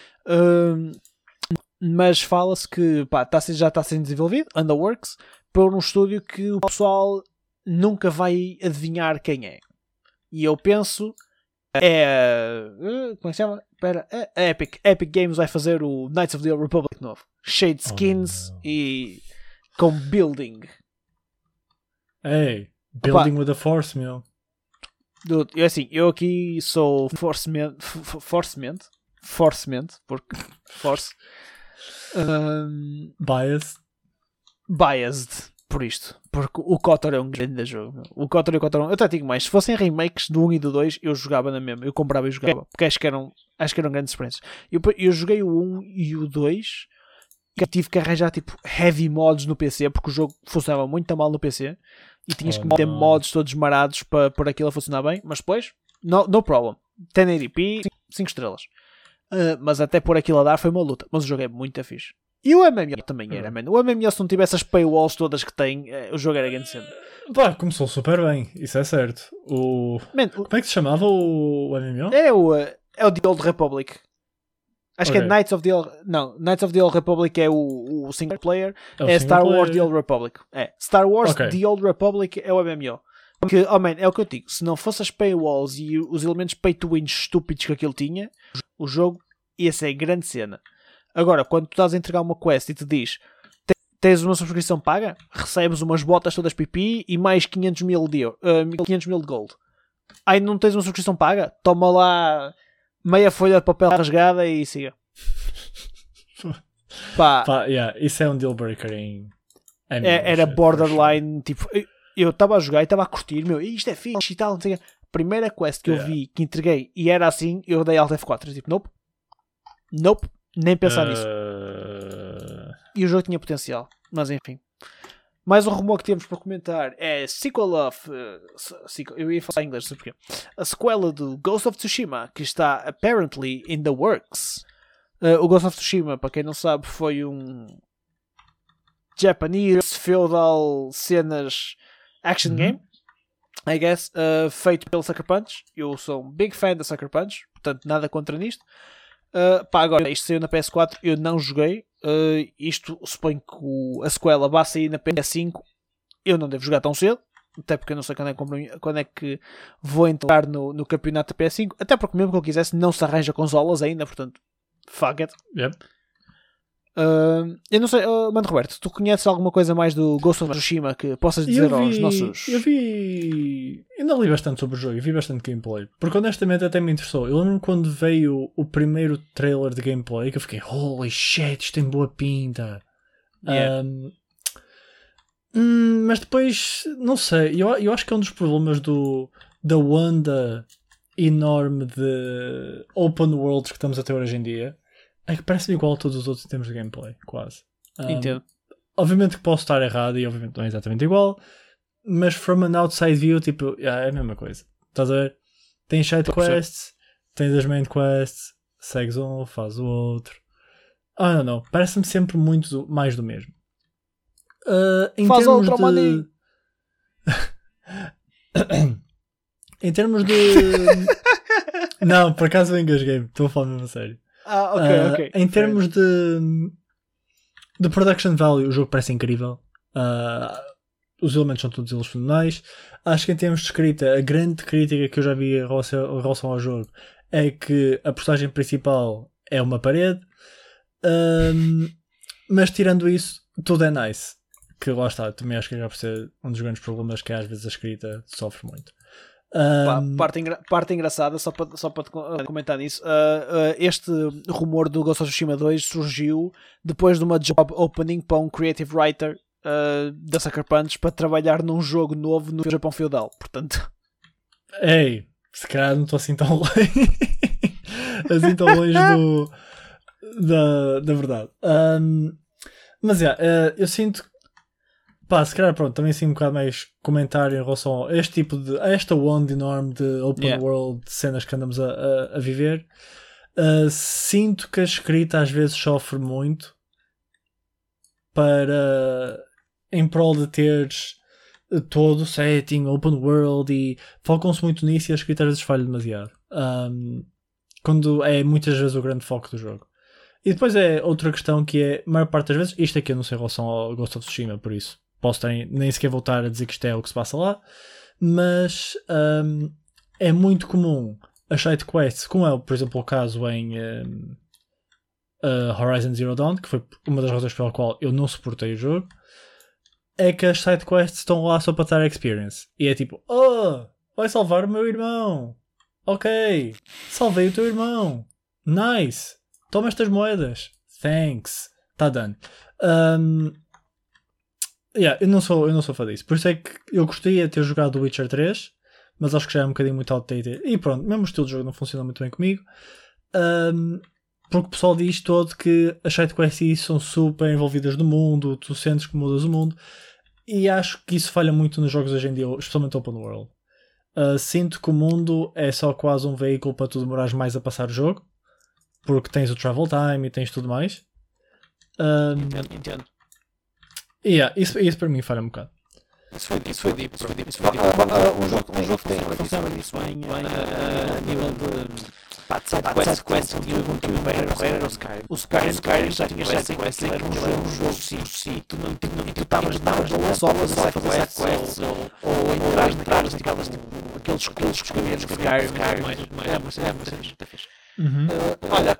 mas fala-se que já está sendo desenvolvido, Underworks, por um estúdio que o pessoal nunca vai adivinhar quem é. E eu penso como é que se chama? A Epic Games vai fazer o Knights of the Old Republic novo, cheio de skins e com building. Hey, building with a force, meu. Dude, eu aqui sou forcemente, porque force biased por isto, porque o KOTOR é um grande jogo, meu. O KOTOR e o KOTOR 1, eu até digo mais, se fossem remakes do 1 e do 2 eu jogava na mesma, eu comprava e jogava, porque acho que eram grandes experiências. Eu joguei o 1 e o 2 e tive que arranjar tipo heavy mods no PC, porque o jogo funcionava muito mal no PC e tinhas que meter mods todos marados para por aquilo a funcionar bem, mas depois no problem, 1080p 5 estrelas, mas até por aquilo a dar foi uma luta, mas o jogo é muito fixe. E o MMO também era, mano. O MMO, se não tivesse as paywalls todas que tem, o jogo era grande cena. Começou super bem, isso é certo. Como é que se chamava o MMO? É o The Old Republic. Acho que é Knights of the Old Republic é o single player. É Star Wars The Old Republic. Star Wars The Old Republic é o MMO. Porque, é o que eu digo. Se não fosse as paywalls e os elementos pay to win estúpidos que aquilo tinha, o jogo ia ser grande cena. Agora, quando tu estás a entregar uma quest e te diz tens uma subscrição paga, recebes umas botas todas pipi e mais 500 mil de gold. Aí não tens uma subscrição paga? Toma lá meia folha de papel rasgada e siga. Isso é um deal breaker em... Era borderline, tipo... Eu estava a jogar e estava a curtir, isto é fixe e tal, não sei o quê. Primeira quest que eu vi, que entreguei, e era assim, eu dei Alt F4, tipo, nope. Nem pensar nisso. E o jogo tinha potencial. Mas enfim. Mais um rumor que temos para comentar é sequel of... eu ia falar em inglês, não sei porquê. A sequela do Ghost of Tsushima, que está apparently in the works. O Ghost of Tsushima, para quem não sabe, foi um Japanese feudal cenas action game, I guess, feito pelo Sucker Punch. Eu sou um big fan da Sucker Punch, portanto nada contra nisto. Agora, isto saiu na PS4, eu não joguei. Isto suponho que a sequela vai sair na PS5. Eu não devo jogar tão cedo, até porque eu não sei quando é que vou entrar no campeonato da PS5. Até porque mesmo que eu quisesse, não se arranja consolas ainda, portanto, fuck it. Yep. Eu não sei, Mano Roberto, tu conheces alguma coisa mais do Ghost of Tsushima que possas dizer aos nossos... Eu ainda li bastante sobre o jogo e vi bastante gameplay, porque honestamente até me interessou. Eu lembro quando veio o primeiro trailer de gameplay que eu fiquei, holy shit, isto tem boa pinta. Yeah. Mas depois, não sei, eu acho que é um dos problemas da onda enorme de open worlds que estamos a ter hoje em dia. É que parece-me igual a todos os outros em termos de gameplay, quase. Entendo. Obviamente que posso estar errado e obviamente não é exatamente igual, mas from an outside view, tipo, é a mesma coisa. Estás a ver? Tens side quests, tens as main quests, segues um, faz o outro. Não. Parece-me sempre muito mais do mesmo. Em Faz termos outro, de... maninho. Em termos de... Não, por acaso eu engasguei-me. Estou a falar mesmo a sério. Ok. Em termos de production value, o jogo parece incrível. Os elementos são todos eles fenomenais. Acho que em termos de escrita, a grande crítica que eu já vi em relação ao jogo é que a personagem principal é uma parede. Mas tirando isso, tudo é nice. Que lá está, também acho que já por ser um dos grandes problemas que às vezes a escrita sofre muito. Parte engraçada, só para te comentar nisso, este rumor do Ghost of Tsushima 2 surgiu depois de uma job opening para um creative writer da Sucker Punch para trabalhar num jogo novo no Japão feudal, portanto... Ei, se calhar não estou assim tão longe assim tão longe da verdade. Mas eu sinto se calhar pronto, também sim um bocado mais comentário em relação a este tipo de esta onda enorme de open world, de cenas que andamos a viver. Sinto que a escrita às vezes sofre muito em prol de teres todo o setting, open world, e focam-se muito nisso e a escrita às vezes falha demasiado. Quando é muitas vezes o grande foco do jogo. E depois é outra questão que é, a maior parte das vezes, isto aqui eu não sei em relação ao Ghost of Tsushima, por isso posso nem sequer voltar a dizer que isto é o que se passa lá, mas é muito comum as side quests, como é por exemplo o caso em Horizon Zero Dawn, que foi uma das razões pela qual eu não suportei o jogo, é que as side quests estão lá só para dar experience, e é tipo, vai salvar o meu irmão, ok, salvei o teu irmão, nice, toma estas moedas, thanks, está done. Eu não sou fã disso, por isso é que eu gostaria de ter jogado o Witcher 3, mas acho que já é um bocadinho muito outdated, e pronto, mesmo o estilo de jogo não funciona muito bem comigo, porque o pessoal diz todo que as sidequests são super envolvidas no mundo, tu sentes que mudas o mundo, e acho que isso falha muito nos jogos hoje em dia, especialmente open world. Sinto que o mundo é só quase um veículo para tu demorares mais a passar o jogo, porque tens o travel time e tens tudo mais. Entendo. Isso para mim falha um bocado. Isso foi deep. Um jogo que funciona nisso bem a nível de side quest que eu era o Skyrim já tinha side quest, era um jogo sim, tu estavas só a fazer side quests ou entrar naquelas aqueles caminhos de Skyrim, é fixe. Olha,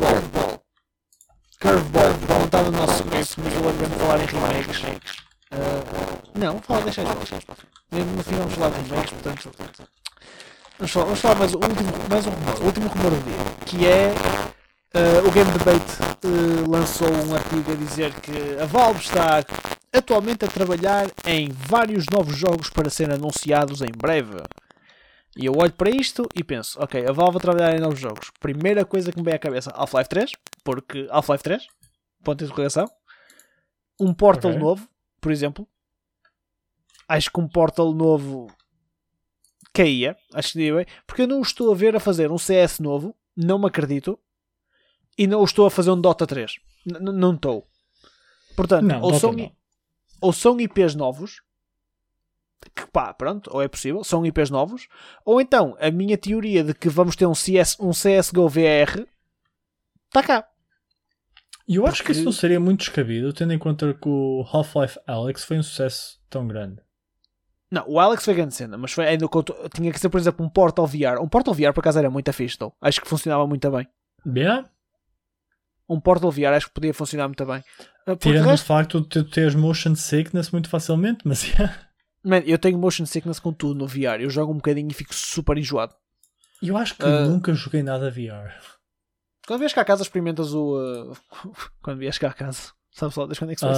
Curveball não está no nosso script, mas eu lembro-me de falar em remakes. Não, deixa aí. No final vamos falar de remakes, portanto. Vamos falar mais um último rumor do dia, que é o Game Debate lançou um artigo a dizer que a Valve está atualmente a trabalhar em vários novos jogos para serem anunciados em breve. E eu olho para isto e penso, ok, a Valve a trabalhar em novos jogos. Primeira coisa que me vem à cabeça, Half-Life 3, porque Half-Life 3, ponto de interrogação. Um Portal novo, por exemplo. Acho que um Portal novo caía, acho que diria bem, porque eu não o estou a ver a fazer um CS novo, não me acredito, e não o estou a fazer um Dota 3. Não estou. Portanto, não, ou são IPs novos, que pronto, ou é possível, são IPs novos, ou então a minha teoria de que vamos ter um CSGO VR está cá. E eu acho que isso não seria muito descabido, tendo em conta que o Half-Life Alyx foi um sucesso tão grande. Não, o Alyx foi grande cena, mas foi ainda tinha que ser, por exemplo, um Portal VR. Um Portal VR por acaso era muito fixe, então. Acho que funcionava muito bem. Yeah. Um Portal VR acho que podia funcionar muito bem. Tirando o facto de tu teres motion sickness muito facilmente, mas Man, eu tenho motion sickness com tudo no VR. Eu jogo um bocadinho e fico super enjoado. Eu acho que nunca joguei nada VR. Quando vies cá a casa experimentas o... Quando vies cá a casa. Sabes lá, desde quando é que se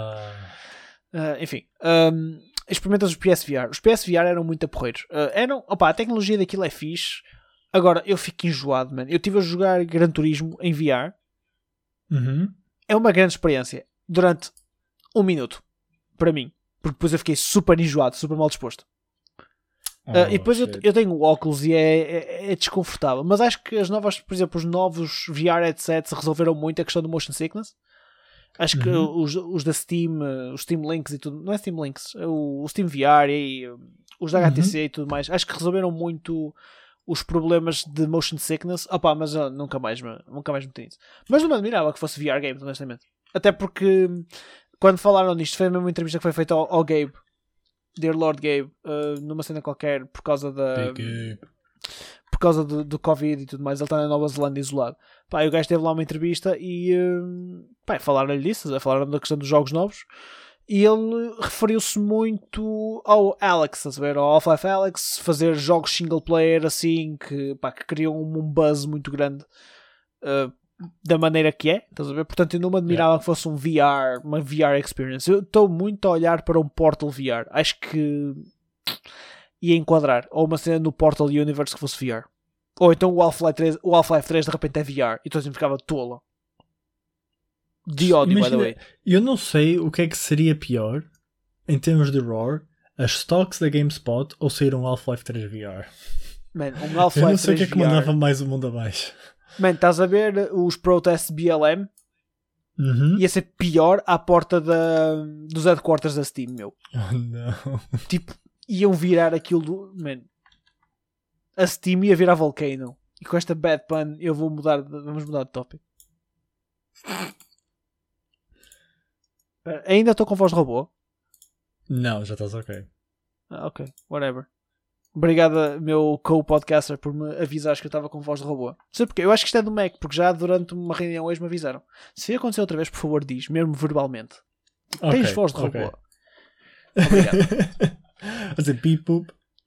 vai ser? Enfim. Experimentas os PSVR. Os PSVR eram muito aporreiros. A tecnologia daquilo é fixe. Agora, eu fico enjoado, man. Eu estive a jogar Gran Turismo em VR. Uhum. É uma grande experiência. Durante 1 minuto. Para mim. Porque depois eu fiquei super enjoado, super mal disposto. E depois eu tenho o óculos e é desconfortável. Mas acho que as novas, por exemplo, os novos VR headsets resolveram muito a questão do motion sickness. Acho que os da Steam, os Steam Links e tudo, não é Steam Links, o Steam VR e os da HTC e tudo mais, acho que resolveram muito os problemas de motion sickness. Opa, mas nunca mais me meti nisso. Mas não me admirava que fosse VR games, honestamente. Até porque quando falaram nisto, foi a mesma entrevista que foi feita ao Gabe, Dear Lord Gabe, numa cena qualquer, por causa do Covid e tudo mais. Ele está na Nova Zelândia isolado. Pá, e o gajo teve lá uma entrevista e falaram-lhe disso, falaram da questão dos jogos novos, e ele referiu-se muito ao Alex, estás a ver? Ao Half-Life Alex, fazer jogos single player assim, que criam um buzz muito grande da maneira que é, estás a ver? Portanto, eu não me admirava que fosse uma VR experience. Eu estou muito a olhar para um Portal VR. Acho que ia enquadrar. Ou uma cena no Portal Universe que fosse VR. Ou então o Half-Life 3 de repente é VR. E todos ficava tola. De ódio, by the way. Eu não sei o que é que seria pior em termos de roar, as stocks da GameSpot ou sair um Half-Life 3 VR. Man, um Half-Life 3 VR. Eu não sei o que é que mandava mais o mundo abaixo. Man, estás a ver os protests BLM? Ia ser pior à porta dos headquarters da Steam, meu. Oh, não. Tipo, iam virar aquilo Man, a Steam ia virar Volcano. E com esta bad pun vamos mudar de tópico. Ainda estou com voz de robô? Não, já estás ok. Ok, whatever. Obrigado, meu co-podcaster, por me avisares que eu estava com voz de robô. Não sei porque, eu acho que isto é do Mac, porque já durante uma reunião hoje me avisaram. Se acontecer outra vez, por favor, diz, mesmo verbalmente. Tens voz de robô. Obrigado. Vai dizer beep boop.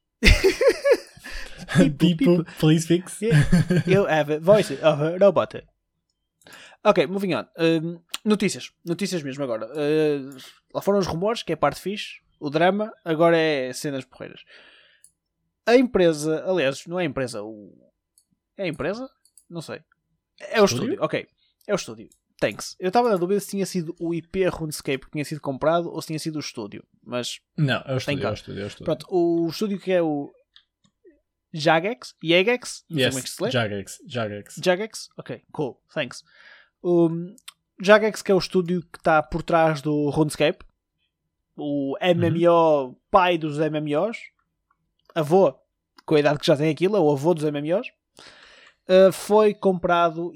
Beep boop, please fix. You have a voice of a robot. Ok, moving on. Notícias mesmo agora. Lá foram os rumores, que é a parte fixe. O drama, agora é cenas porreiras. A empresa, aliás, não é a empresa, é a empresa? Não sei. É o estúdio, ok. É o estúdio. Thanks. Eu estava na dúvida se tinha sido o IP RuneScape que tinha sido comprado ou se tinha sido o estúdio. Mas não, é o estúdio. Pronto, o estúdio que é o Jagex? Não sei como é que se lê. Jagex? Ok, cool. Thanks. O Jagex, que é o estúdio que está por trás do RuneScape. O MMO pai dos MMOs. Avô, com a idade que já tem aquilo, é o avô dos MMOs, foi comprado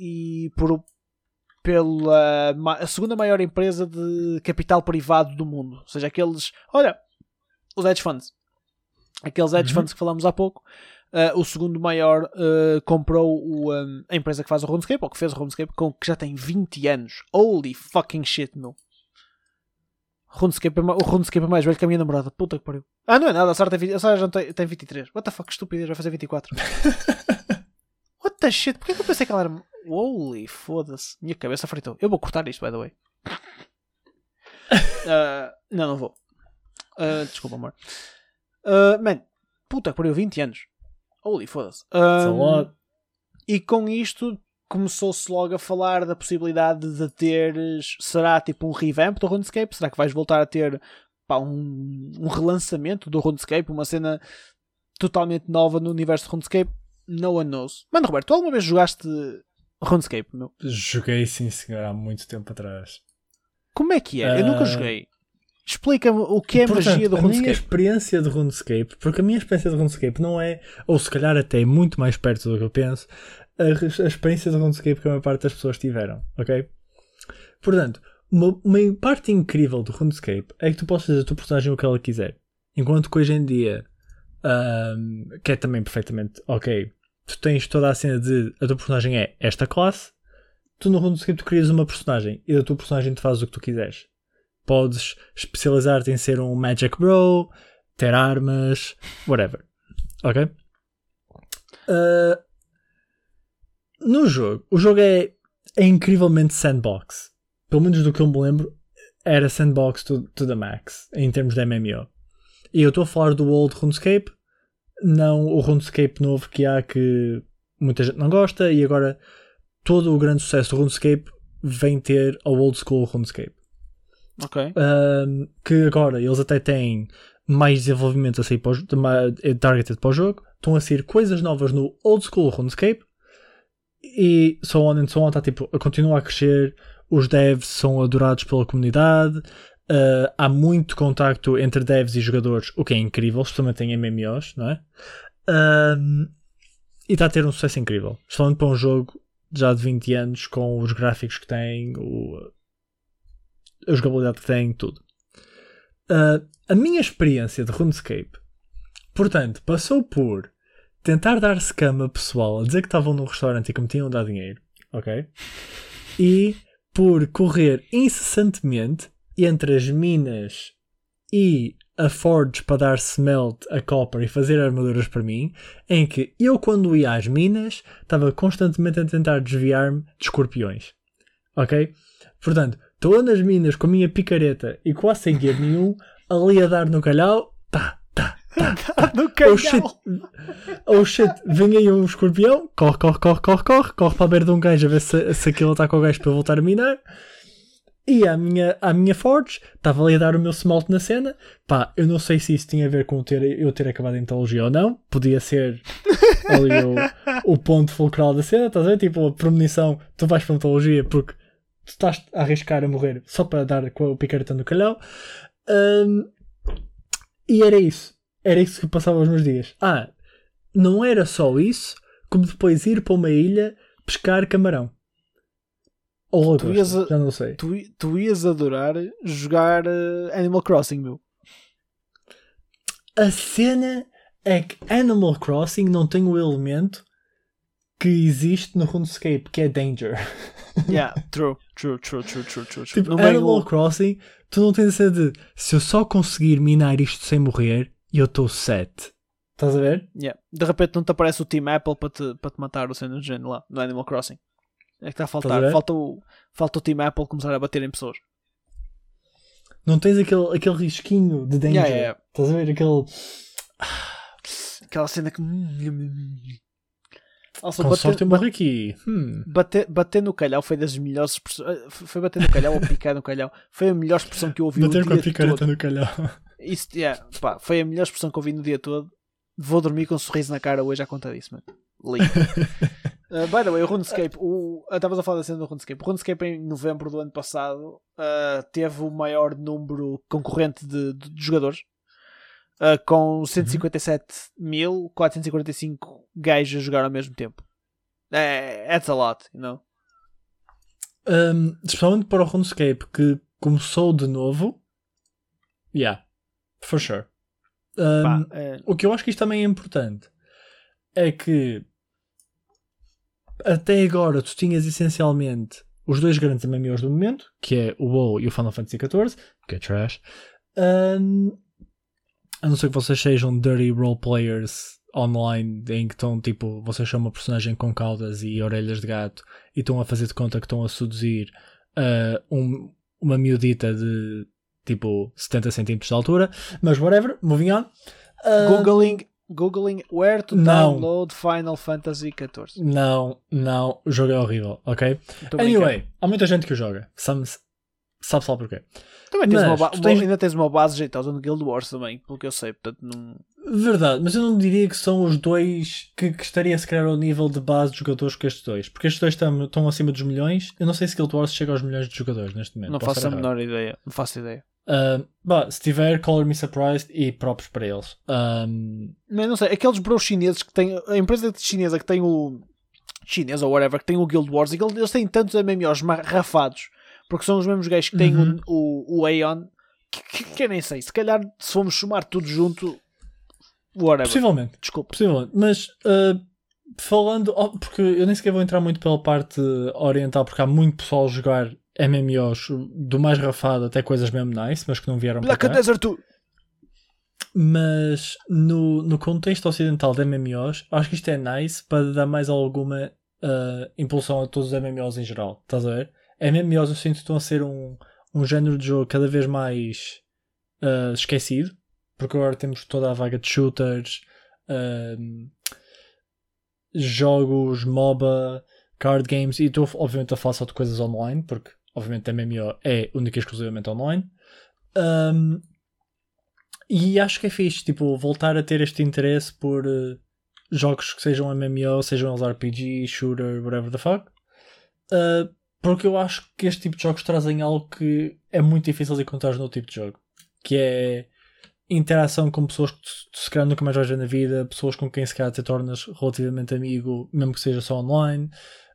pela a segunda maior empresa de capital privado do mundo. Ou seja, os hedge funds. Aqueles hedge funds que falamos há pouco. O segundo maior comprou a empresa que faz o RuneScape, ou que fez o RuneScape, que já tem 20 anos. Holy fucking shit, meu. O RuneScape é mais velho que a minha namorada. Puta que pariu. Não é nada. A Sara já tem 23. What the fuck, estupidez. Vai fazer 24. What the shit? Porquê que eu pensei que ela era... Holy, foda-se. Minha cabeça fritou. Eu vou cortar isto, by the way. Não vou. Desculpa, amor. Man, puta que pariu. 20 anos. Holy, foda-se. E com isto... começou-se logo a falar da possibilidade de teres... Será tipo um revamp do RuneScape? Será que vais voltar a ter um relançamento do RuneScape? Uma cena totalmente nova no universo de RuneScape? No one knows. Mano, Roberto, tu alguma vez jogaste RuneScape, meu? Joguei, sim senhor, há muito tempo atrás. Como é que é? Eu nunca joguei. Explica-me o que é a magia do RuneScape. A minha experiência de RuneScape, porque a minha experiência de RuneScape não é, ou se calhar até muito mais perto do que eu penso, a experiência de RuneScape que a maior parte das pessoas tiveram, ok? Portanto, uma parte incrível do RuneScape é que tu podes fazer a tua personagem o que ela quiser. Enquanto que hoje em dia, que é também perfeitamente ok, tu tens toda a cena de a tua personagem é esta classe, tu no RuneScape tu crias uma personagem e da tua personagem tu fazes o que tu quiseres. Podes especializar-te em ser um Magic Bro, ter armas, whatever. Ok? No jogo, o jogo é incrivelmente sandbox. Pelo menos do que eu me lembro, era sandbox to the max, em termos de MMO. E eu estou a falar do old RuneScape, não o RuneScape novo que há, que muita gente não gosta, e agora todo o grande sucesso do RuneScape vem ter ao old school RuneScape. Ok. Que agora eles até têm mais desenvolvimento a sair para targeted para o jogo. Estão a sair coisas novas no old school RuneScape. E so on and so on. Está tipo, continua a crescer. Os devs são adorados pela comunidade. Há muito contacto entre devs e jogadores, o que é incrível, especialmente em MMOs, não é? E está a ter um sucesso incrível, especialmente para um jogo já de 20 anos, com os gráficos que tem, a jogabilidade que tem, tudo. A minha experiência de RuneScape, portanto, passou por tentar dar scam a pessoal a dizer que estavam num restaurante e que me tinham dado dinheiro, ok? E por correr incessantemente entre as minas e a forge para dar smelt a copper e fazer armaduras para mim, em que eu, quando ia às minas, estava constantemente a tentar desviar-me de escorpiões. Ok? Portanto, estou nas minas com a minha picareta e quase sem gear nenhum, ali a dar no calhau, No calhau. Oh shit, vem aí um escorpião, corre para a beira de um gajo a ver se aquilo está com o gajo para voltar a minar. E à minha forge, estava ali a dar o meu smelt na cena. Pá, eu não sei se isso tinha a ver com eu ter acabado em metalogia ou não. Podia ser ali o ponto fulcral da cena, estás a ver? Tipo, a premonição, tu vais para a metalogia porque tu estás a arriscar a morrer só para dar com a picareta no calhau. E era isso. Era isso que passava os meus dias. Não era só isso, como depois ir para uma ilha pescar camarão. Ou lagosta, já não sei. Tu ias adorar jogar Animal Crossing, meu. A cena é que Animal Crossing não tem o elemento que existe no RuneScape, que é Danger. Yeah, true. Tipo, Animal Crossing, tu não tens a cena de se eu só conseguir minar isto sem morrer, eu estou set. Estás a ver? Yeah. De repente não te aparece o Team Apple para te matar o cena do género lá, no Animal Crossing. É que está a faltar. Falta o Team Apple começar a bater em pessoas. Não tens aquele risquinho de Danger. Yeah. Estás a ver? Aquela cena que... Also, com sorte eu morro aqui. Bater no calhau foi das melhores expressões. Foi bater no calhau ou picar no calhau. Foi a melhor expressão que eu ouvi bater o dia com a picareta todo. no calhau. Isso, foi a melhor expressão que eu ouvi no dia todo. Vou dormir com um sorriso na cara hoje à conta disso, mano. Lindo. By the way, o RuneScape, estavas a falar da cena do RuneScape. O RuneScape em novembro do ano passado teve o maior número concorrente de jogadores, com 157.445 gajos a jogar ao mesmo tempo. That's a lot, you know? Especialmente para o RuneScape, que começou de novo. Yeah, for sure. O que eu acho que isto também é importante é que até agora tu tinhas essencialmente os dois grandes MMOs do momento, que é o WoW e o Final Fantasy XIV, que é trash. A não ser que vocês sejam dirty roleplayers online, em que estão tipo, vocês são uma personagem com caudas e orelhas de gato e estão a fazer de conta que estão a seduzir uma miudita de tipo 70 cm de altura, mas whatever, moving on. Googling where to download Final Fantasy XIV. Não, o jogo é horrível, ok? Anyway, há muita gente que o joga, sabe-se lá porquê. Também ainda tens uma base jeitosa no Guild Wars também, pelo que eu sei, portanto não... Verdade, mas eu não diria que são os dois que estaria se calhar ao nível de base de jogadores que estes dois, porque estes dois estão acima dos milhões. Eu não sei se Guild Wars chega aos milhões de jogadores neste momento. Não faço a menor ideia, não faço ideia. Se tiver, color me surprised e próprios para eles. Não sei, aqueles bros chineses que têm, a empresa chinesa que tem o chinês ou whatever, que tem o Guild Wars, e eles têm tantos MMOs rafados, porque são os mesmos gajos que têm o Aeon, que eu nem sei, se calhar se formos somar tudo junto, whatever. Possivelmente. Desculpa. Possivelmente. Mas falando, porque eu nem sequer vou entrar muito pela parte oriental, porque há muito pessoal a jogar MMOs do mais rafado até coisas mesmo nice, mas que não vieram Black para cá. Desert 2. Mas no contexto ocidental de MMOs, acho que isto é nice para dar mais alguma impulsão a todos os MMOs em geral. Estás a ver? MMOs eu sinto que estão a ser um género de jogo cada vez mais esquecido, porque agora temos toda a vaga de shooters, jogos, MOBA, card games, e estou obviamente a falar só de coisas online, porque obviamente MMO é única e exclusivamente online. E acho que é fixe, tipo, voltar a ter este interesse por jogos que sejam MMO, sejam eles RPG, shooter, whatever the fuck. Porque eu acho que este tipo de jogos trazem algo que é muito difícil de encontrar no tipo de jogo, que é interação com pessoas que tu se calhar nunca mais vais ver na vida, pessoas com quem se calhar te tornas relativamente amigo, mesmo que seja só online.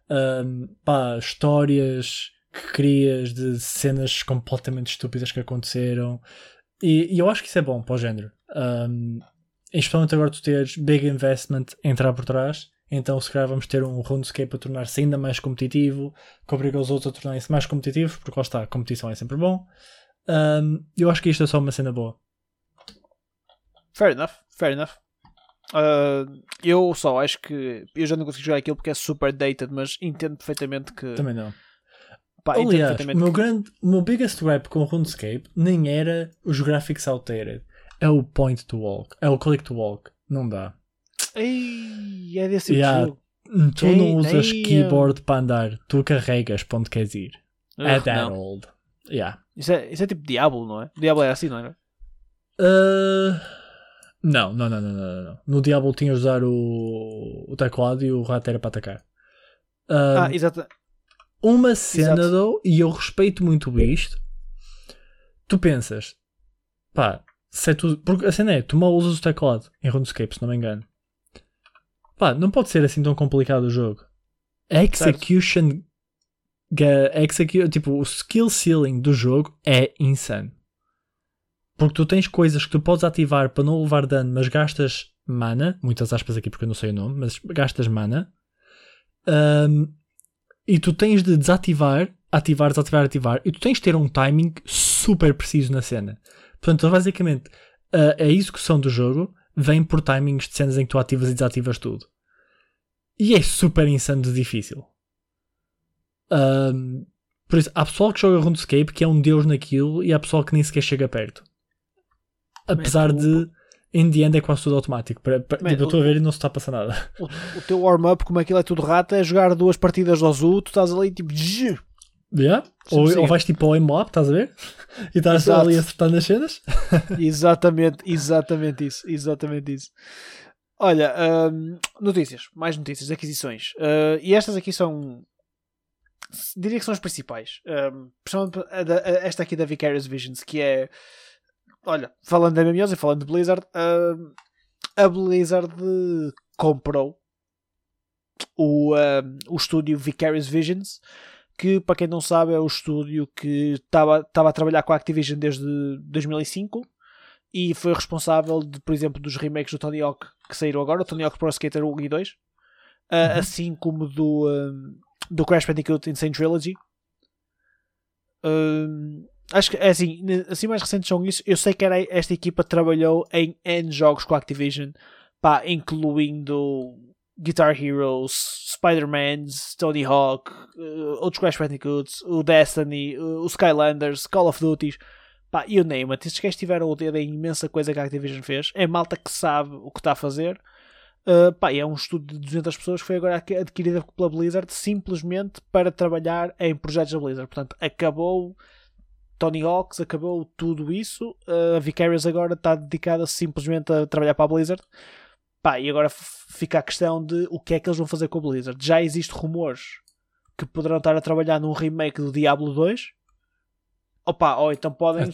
Histórias que crias de cenas completamente estúpidas que aconteceram, e eu acho que isso é bom para o género, especialmente agora tu teres big investment a entrar por trás. Então se calhar vamos ter um RuneScape a tornar-se ainda mais competitivo, que obriga os outros a tornarem-se mais competitivos, porque lá está, a competição é sempre bom. Eu acho que isto é só uma cena boa. Fair enough. Eu só acho que eu já não consigo jogar aquilo porque é super dated, mas entendo perfeitamente que... Também não. Pá, aliás, o meu biggest rap com o RuneScape nem era os graphics outdated, é o point to walk, é o click to walk. Não dá. Ei, é desse tipo de jogo. Tu não usas keyboard para andar, tu carregas para onde queres ir. É that old. Isso é tipo Diablo, não é? Diablo era assim, não era? Não. No Diablo tinhas de usar o teclado e o rato era para atacar. Exato. Uma cena, e eu respeito muito isto. Tu pensas, pá, se é tudo, porque a cena é, tu mal usas o teclado em RuneScape, se não me engano. Pá, não pode ser assim tão complicado o jogo. Tipo, o skill ceiling do jogo é insano. Porque tu tens coisas que tu podes ativar para não levar dano, mas gastas mana, muitas aspas aqui porque eu não sei o nome, mas gastas mana. E tu tens de desativar, ativar, e tu tens de ter um timing super preciso na cena. Portanto, basicamente, a execução do jogo vem por timings de cenas em que tu ativas e desativas tudo. E é super insano de difícil. Por isso, há pessoal que joga RuneScape que é um deus naquilo, e há pessoal que nem sequer chega perto. Apesar de, in the end, é quase tudo automático. Tipo, eu estou a ver e não se está a passar nada. O teu warm-up, como aquilo é tudo rato, é jogar 2 partidas do Azul, tu estás ali tipo... Yeah? Ou vais tipo ao M-Lab, estás a ver? E estás ali a acertar nas cenas. Exatamente isso. Olha, mais notícias, aquisições. E estas aqui são... Diria que são as principais. Principalmente esta aqui da Vicarious Visions, que é... Olha, falando de MMOs e falando de Blizzard, a Blizzard comprou o estúdio Vicarious Visions, que, para quem não sabe, é o estúdio que estava a trabalhar com a Activision desde 2005 e foi responsável, por exemplo, dos remakes do Tony Hawk que saíram agora, o Tony Hawk Pro Skater 1 e 2, assim como do Crash Bandicoot Insane Trilogy. Acho que, assim mais recentes são isso. Eu sei que esta equipa trabalhou em N jogos com a Activision, incluindo Guitar Heroes, Spider-Mans, Tony Hawk, outros Crash Bandicoots, o Destiny, o Skylanders, Call of Duty, you name it. Estes gajos tiveram o dedo em imensa coisa que a Activision fez. É malta que sabe o que está a fazer. É um estúdio de 200 pessoas que foi agora adquirida pela Blizzard simplesmente para trabalhar em projetos da Blizzard. Portanto, acabou Tony Hawks, acabou tudo isso. A Vicarious agora está dedicada simplesmente a trabalhar para a Blizzard. E agora fica a questão de o que é que eles vão fazer com a Blizzard. Já existem rumores que poderão estar a trabalhar num remake do Diablo 2. Ou então podem...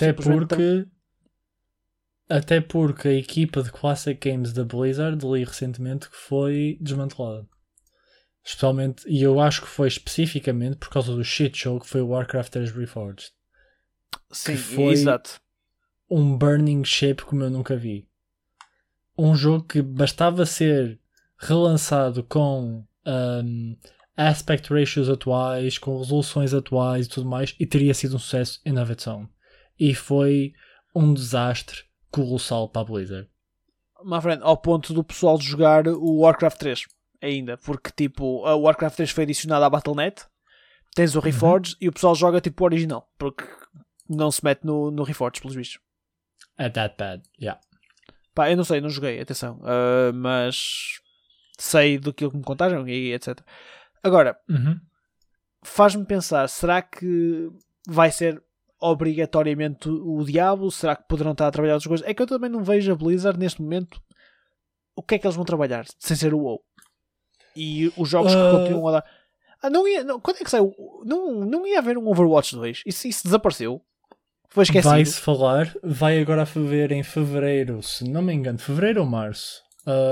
Até porque a equipa de Classic Games da Blizzard li recentemente que foi desmantelada. Especialmente, e eu acho que foi especificamente por causa do shit show que foi o Warcraft 3 Reforged. Sim, que foi exato. Um burning ship como eu nunca vi. Um jogo que bastava ser relançado com aspect ratios atuais, com resoluções atuais e tudo mais, e teria sido um sucesso in of its own. E foi um desastre colossal para a Blizzard. My friend, ao ponto do pessoal de jogar o Warcraft 3 ainda, porque tipo, a Warcraft 3 foi adicionada à Battle.net, tens o Reforged e o pessoal joga tipo o original, porque não se mete no Reforged, pelos vistos. É that bad, yeah. Eu não sei, não joguei, atenção, mas sei do que me contaram e etc. Agora, faz-me pensar, será que vai ser obrigatoriamente o Diablo? Será que poderão estar a trabalhar outras coisas? É que eu também não vejo a Blizzard neste momento o que é que eles vão trabalhar sem ser o WoW. E os jogos que continuam a dar... quando é que saiu? Não ia haver um Overwatch 2? Isso desapareceu? Foi esquecido? Vai-se falar, vai agora haver em fevereiro, se não me engano, fevereiro ou março,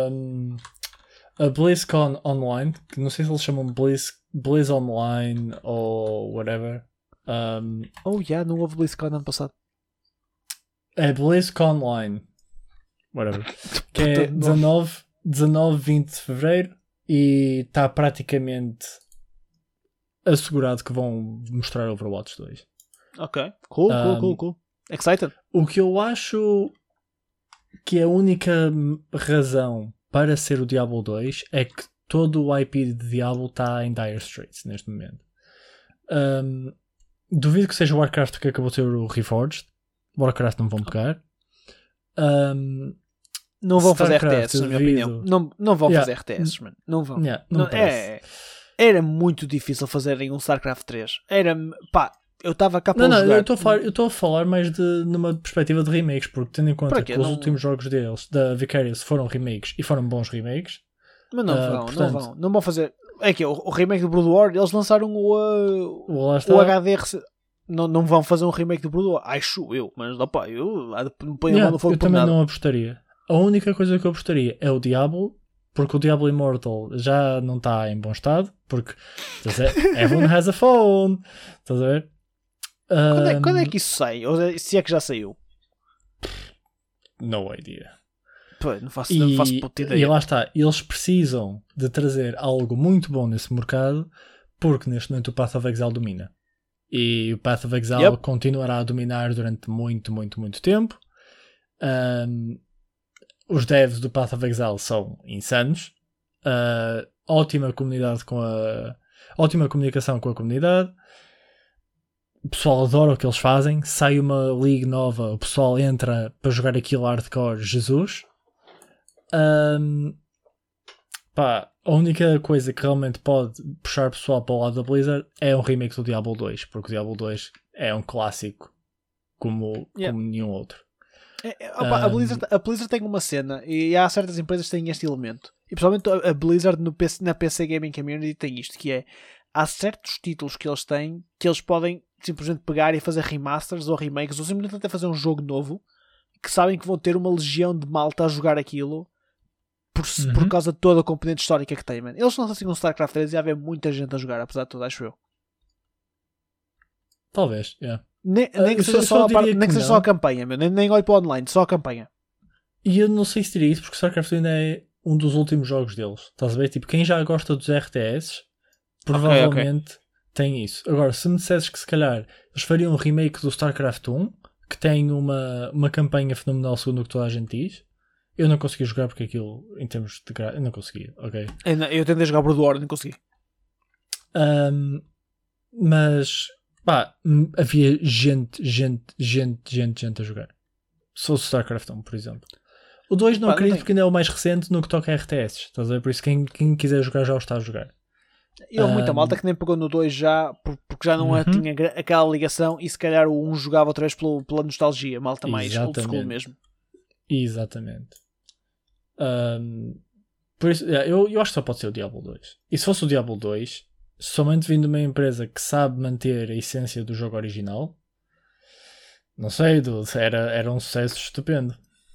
a BlizzCon Online, que não sei se eles chamam Blizz Online ou whatever. Não houve BlizzCon ano passado. É BlizzCon Online, whatever, que é 19, 20 de fevereiro e está praticamente assegurado que vão mostrar Overwatch 2. Ok, cool. Excited? O que eu acho que a única razão para ser o Diablo 2 é que todo o IP de Diablo está em dire straits neste momento. Duvido que seja o Warcraft que acabou de ser o Reforged. Warcraft não vão pegar. Não vão fazer StarCraft, RTS, na minha opinião. Não vão fazer RTS, mano. Não vão. Era muito difícil fazerem um StarCraft 3. Eu estava cá para jogar. Eu estou a falar mais numa perspectiva de remakes, porque tendo em conta que os últimos jogos deles, da Vicarious, foram remakes e foram bons remakes. Mas não vão fazer. É que o remake do Brood War, eles lançaram o HD. Não vão fazer um remake do Brood War, acho eu, mas eu ponho a mão no fogo. Eu também não apostaria. A única coisa que eu apostaria é o Diablo, porque o Diablo Immortal já não está em bom estado, porque everyone has a phone, estás a ver? Quando é que isso sai? Ou se é que já saiu? No idea. Pô, não faço puta ideia. E lá está, eles precisam de trazer algo muito bom nesse mercado, porque neste momento o Path of Exile domina. E o Path of Exile continuará a dominar durante muito, muito, muito tempo. Os devs do Path of Exile são insanos. Ótima comunidade ótima comunicação com a comunidade. O pessoal adora o que eles fazem. Sai uma league nova, o pessoal entra para jogar aquilo hardcore. Jesus. A única coisa que realmente pode puxar o pessoal para o lado da Blizzard é um remake do Diablo 2, porque o Diablo 2 é um clássico como nenhum outro. A Blizzard tem uma cena, e há certas empresas que têm este elemento, e principalmente a Blizzard na PC Gaming Community tem isto, que é, há certos títulos que eles têm que eles podem simplesmente pegar e fazer remasters ou remakes, ou simplesmente até fazer um jogo novo, que sabem que vão ter uma legião de malta a jogar aquilo por causa de toda a componente histórica que tem, man. Eles não assim com StarCraft 3 e ia haver muita gente a jogar, apesar de tudo, acho eu. Talvez, yeah. Nem que seja só a campanha, meu. Nem olhe para o online, só a campanha. E eu não sei se diria isso, porque StarCraft ainda é um dos últimos jogos deles. Estás a ver? Tipo, quem já gosta dos RTS provavelmente tem isso. Agora, se me dissesses que se calhar eles fariam um remake do StarCraft 1, que tem uma campanha fenomenal segundo o que toda a gente diz, eu não consegui jogar porque aquilo, em termos de eu não conseguia, ok? Eu tentei jogar Brood War, não consegui. Mas havia gente a jogar. Se fosse StarCraft 1, por exemplo. O 2 não acredito porque ainda é o mais recente no que toca a RTS. Estás a ver? Por isso quem quiser jogar já o está a jogar. E houve muita malta que nem pegou no 2 já, porque já não tinha aquela ligação, e se calhar o 1 jogava outra vez pela nostalgia, malta mais old school mesmo. Exatamente. Por isso, eu acho que só pode ser o Diablo 2. E se fosse o Diablo 2, somente vindo de uma empresa que sabe manter a essência do jogo original, não sei, era um sucesso estupendo.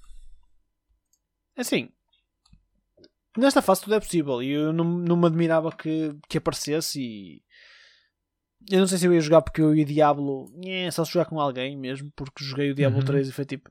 Assim, nesta fase tudo é possível, e eu não me admirava que aparecesse, e eu não sei se eu ia jogar porque eu e o Diablo só se jogar com alguém mesmo, porque joguei o Diablo 3 e foi tipo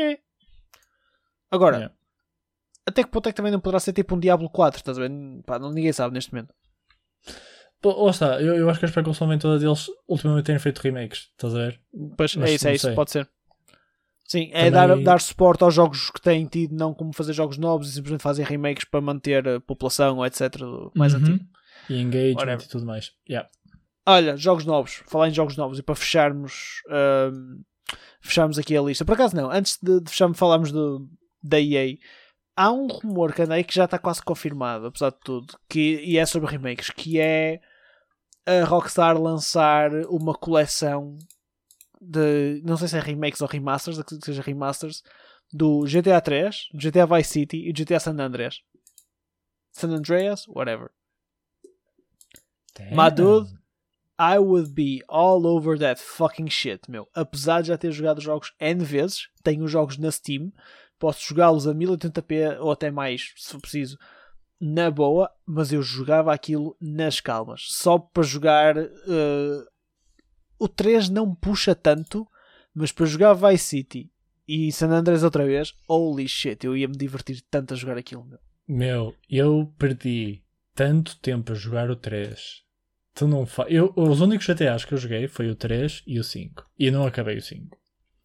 agora até que ponto é que também não poderá ser tipo um Diablo 4, estás a ver? Ninguém sabe neste momento. Lá está, eu acho que a especulação vem toda deles ultimamente terem feito remakes, estás a ver? Pois, é isso, pode ser. Sim, é também... dar suporte aos jogos que têm tido, não como fazer jogos novos e simplesmente fazer remakes para manter a população ou etc. mais antigo. E engagement e tudo mais. Olha, jogos novos, falar em jogos novos, e para fecharmos aqui a lista. Por acaso não, antes de fecharmos, falarmos da EA. Há um rumor que andei que já está quase confirmado, apesar de tudo, e é sobre remakes, que é a Rockstar lançar uma coleção de, não sei se é remakes ou remasters, que seja remasters, do GTA 3, do GTA Vice City e do GTA San Andreas. San Andreas? Whatever. Damn. My dude, I would be all over that fucking shit, meu. Apesar de já ter jogado jogos N vezes, tenho os jogos na Steam, posso jogá-los a 1080p ou até mais, se for preciso, na boa, mas eu jogava aquilo nas calmas. Só para jogar... o 3 não puxa tanto, mas para jogar Vice City e San Andreas outra vez, holy shit, eu ia me divertir tanto a jogar aquilo, meu. Meu, eu perdi tanto tempo a jogar o 3. Tu não os únicos GTAs que eu joguei foi o 3 e o 5. E eu não acabei o 5.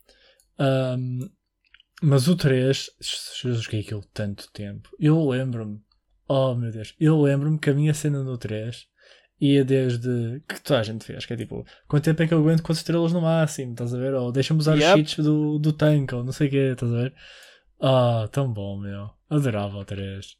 Mas o 3, eu joguei aquilo tanto tempo. Eu lembro-me, oh meu Deus, eu lembro-me que a minha cena no 3 ia desde, que toda a gente fez, que é tipo, quanto tempo é que eu aguento com as estrelas no máximo, estás a ver? Ou deixa-me usar os cheats do tanque, ou não sei o que, estás a ver? Tão bom, meu. Adorava o 3.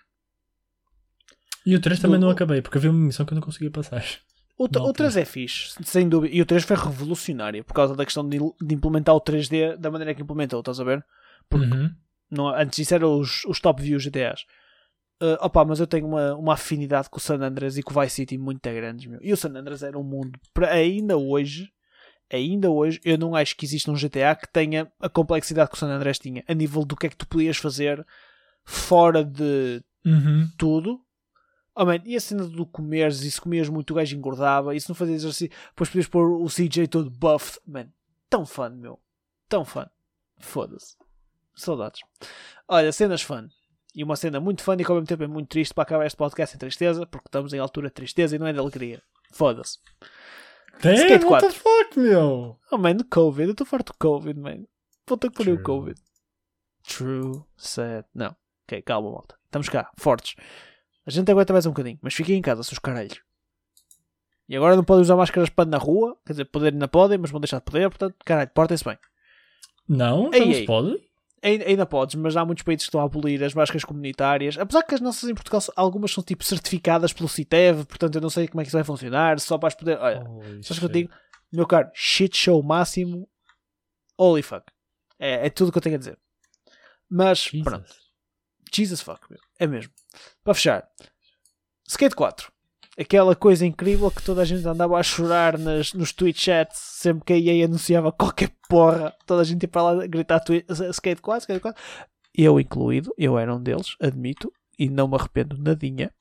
E o 3 também não acabei, porque havia uma missão que eu não conseguia passar. O 3 é fixe, sem dúvida. E o 3 foi revolucionário por causa da questão de implementar o 3D da maneira que implementou, estás a ver? Porque antes disso eram os top view GTAs. Mas eu tenho uma afinidade com o San Andreas e com o Vice City muito grandes, meu. E o San Andreas era um mundo, ainda hoje, eu não acho que exista um GTA que tenha a complexidade que o San Andreas tinha, a nível do que é que tu podias fazer fora de tudo. E a cena do comeres, e se comias muito o gajo engordava, e se não fazias exercício, depois podias pôr o CJ todo buffed, tão fun, meu, tão fun, foda-se, saudades. Olha, cenas fun. E uma cena muito fun e que ao mesmo tempo é muito triste para acabar este podcast em tristeza, porque estamos em altura de tristeza e não é de alegria. Foda-se. Skate 4. What the fuck, meu? Do Covid. Eu estou farto do Covid, man. Vou ter que pôr o Covid. True, sad. Não. Ok, calma, malta. Estamos cá, fortes. A gente aguenta mais um bocadinho, mas fiquem em casa, seus caralhos. E agora não podem usar máscaras para na rua. Quer dizer, poderem não podem, mas vão deixar de poder. Portanto, caralho, portem-se bem. Não, já não se pode? Ainda podes, mas há muitos países que estão a abolir as máscaras comunitárias. Apesar que as nossas em Portugal, algumas são tipo certificadas pelo CITEV, portanto eu não sei como é que isso vai funcionar. Só vais poder. Olha, sabes o que eu digo? Meu caro, shit show máximo. Holy fuck. É tudo o que eu tenho a dizer. Mas pronto. Jesus fuck, meu. É mesmo. Para fechar, Skate 4. Aquela coisa incrível que toda a gente andava a chorar nos Twitch chats sempre que a EA anunciava qualquer porra. Toda a gente ia para lá gritar Skate 4, Skate 4. Eu incluído, eu era um deles, admito, e não me arrependo nadinha.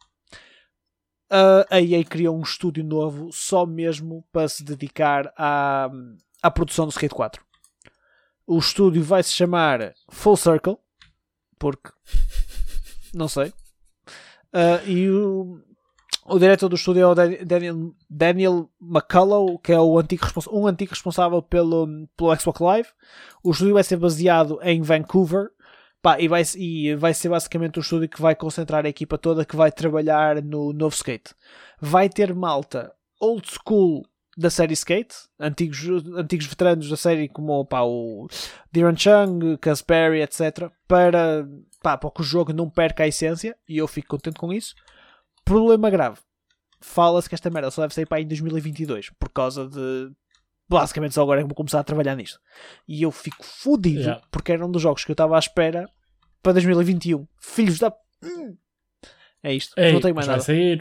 A EA criou um estúdio novo só mesmo para se dedicar à produção do Skate 4. O estúdio vai se chamar Full Circle, porque não sei. E o diretor do estúdio é o Daniel McCullough, que é um antigo responsável pelo Xbox Live. O estúdio vai ser baseado em Vancouver, e vai ser basicamente um estúdio que vai concentrar a equipa toda que vai trabalhar no novo skate. Vai ter malta old school da série Skate, antigos veteranos da série como o Diran Chung, Cuz Berry, etc. Para que o jogo não perca a essência, e eu fico contente com isso. Problema grave. Fala-se que esta merda só deve sair para aí em 2022, por causa de... Basicamente só agora é que vou começar a trabalhar nisto. E eu fico fodido, porque era um dos jogos que eu estava à espera para 2021. Filhos da... É isto. Não tenho mais nada. Vai sair.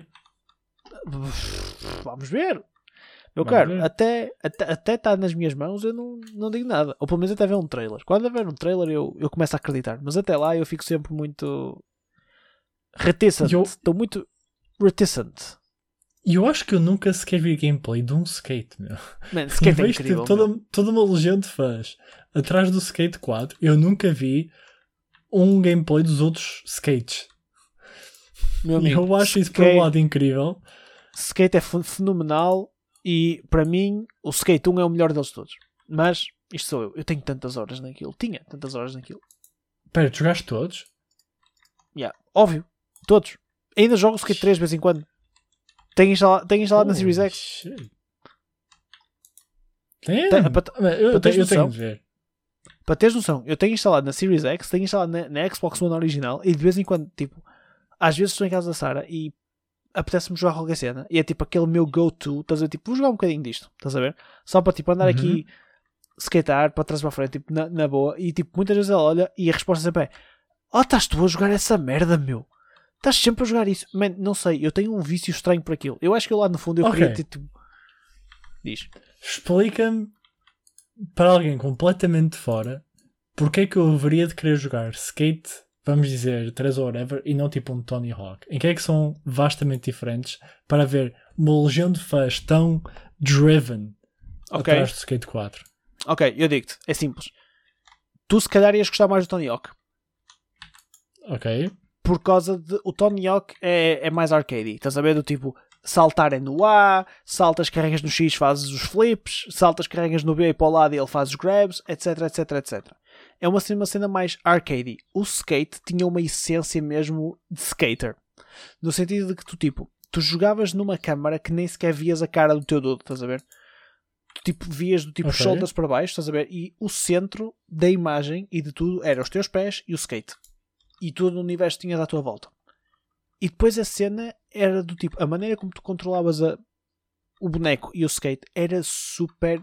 Vamos ver. Meu caro, até está nas minhas mãos, eu não digo nada. Ou pelo menos até ver um trailer. Quando haver um trailer eu começo a acreditar. Mas até lá eu fico sempre muito... reticent. Estou muito reticent. E eu acho que eu nunca sequer vi gameplay de um skate, meu. Mano, skate é incrível. Toda uma legião de fãs atrás do Skate 4. Eu nunca vi um gameplay dos outros skates. Meu amigo, eu acho isso por um lado incrível. Skate é fenomenal e para mim o Skate 1 é o melhor deles todos. Mas isto sou eu. Eu tenho tantas horas naquilo. Tinha tantas horas naquilo. Espera, tu jogaste todos? Óbvio. Todos. Ainda jogo o Skate 3 de vez em quando. Tenho instalado na Series X. Eu tenho de ver. Para teres noção, eu tenho instalado na Series X, tenho instalado na Xbox One original e de vez em quando, tipo, às vezes estou em casa da Sara e apetece-me jogar qualquer cena. E é tipo aquele meu go-to. Estás a ver? Tipo, vou jogar um bocadinho disto. Estás a ver? Só para tipo andar aqui, skatear, para trás para a frente, tipo, na boa. E tipo, muitas vezes ela olha e a resposta sempre é: oh, estás tu a jogar essa merda, meu. Estás sempre a jogar isso. Man, não sei, eu tenho um vício estranho por aquilo. Eu acho que eu lá no fundo eu queria ter tipo... Diz. Explica-me, para alguém completamente de fora, porque é que eu haveria de querer jogar skate, vamos dizer, 3 ou whatever, e não tipo um Tony Hawk? Em que é que são vastamente diferentes para haver uma legião de fãs tão driven atrás do Skate 4? Ok, eu digo-te, é simples. Tu se calhar ias gostar mais do Tony Hawk. Ok. Por causa de... O Tony Hawk é mais arcade. Estás a ver? Do tipo... Saltar é no A, saltas, carregas no X, fazes os flips, saltas, carregas no B para o lado e ele faz os grabs, etc, etc, etc. É uma cena mais arcade. O skate tinha uma essência mesmo de skater. No sentido de que tu, tipo, tu jogavas numa câmara que nem sequer vias a cara do teu dude, estás a ver? Tu, tipo, vias do tipo shoulders para baixo, estás a ver? E o centro da imagem e de tudo era os teus pés e o skate. E todo o universo tinhas à tua volta. E depois a cena era do tipo, a maneira como tu controlavas o boneco e o skate era super...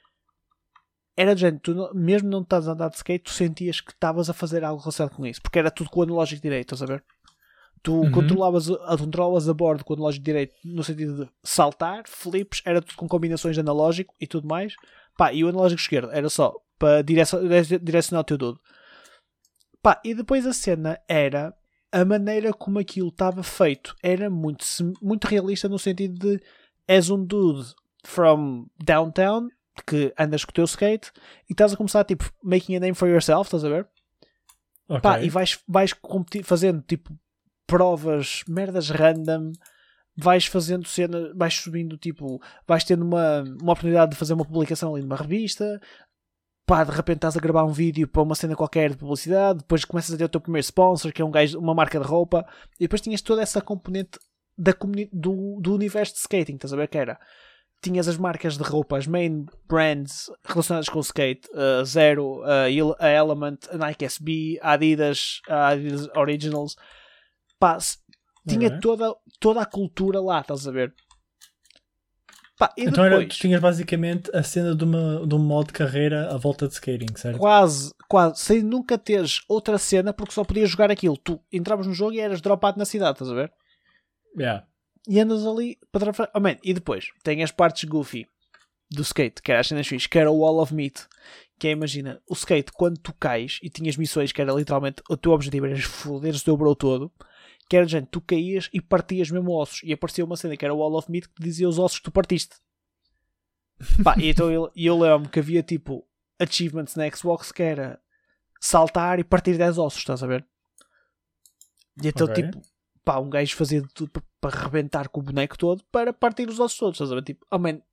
Era de gente, tu mesmo não estás a andar de skate, tu sentias que estavas a fazer algo relacionado com isso. Porque era tudo com o analógico direito, estás a ver? Tu controlavas a bordo com o analógico direito no sentido de saltar, flips, era tudo com combinações de analógico e tudo mais. Pá, e o analógico esquerdo era só para direcionar o teu dedo. Pá, e depois a cena era... A maneira como aquilo estava feito era muito realista no sentido de és um dude from downtown que andas com o teu skate e estás a começar tipo making a name for yourself, estás a ver? Okay. Pá, e vais competir, fazendo tipo provas, merdas random, vais fazendo cena, vais subindo tipo, vais tendo uma oportunidade de fazer uma publicação ali numa revista. Pá, de repente estás a gravar um vídeo para uma cena qualquer de publicidade, depois começas a ter o teu primeiro sponsor, que é um gajo, uma marca de roupa, e depois tinhas toda essa componente do universo de skating, estás a ver que era? Tinhas as marcas de roupa, as main brands relacionadas com o skate, a Zero, a Element, a Nike SB, a Adidas Originals, pá, tinha toda a cultura lá, estás a ver? Pá, e então depois, tu tinhas basicamente a cena de um modo de carreira à volta de skating, certo? Quase, sem nunca teres outra cena porque só podias jogar aquilo. Tu entravas no jogo e eras dropado na cidade, estás a ver? Yeah. E andas ali para trás. Oh, man, e depois tem as partes goofy do skate, que era as cenas fixas, que era o Wall of Meat. Que é, imagina, o skate, quando tu cais e tinhas missões que era literalmente o teu objetivo era foderes o teu bro todo, que era, gente, tu caías e partias mesmo ossos. E aparecia uma cena que era o Wall of Meat que dizia os ossos que tu partiste. Pá, e então eu lembro-me que havia tipo achievements na Xbox que era saltar e partir 10 ossos, estás a ver? E então tipo, pá, um gajo fazia de tudo para rebentar com o boneco todo para partir os ossos todos, estás a ver? Tipo, oh man,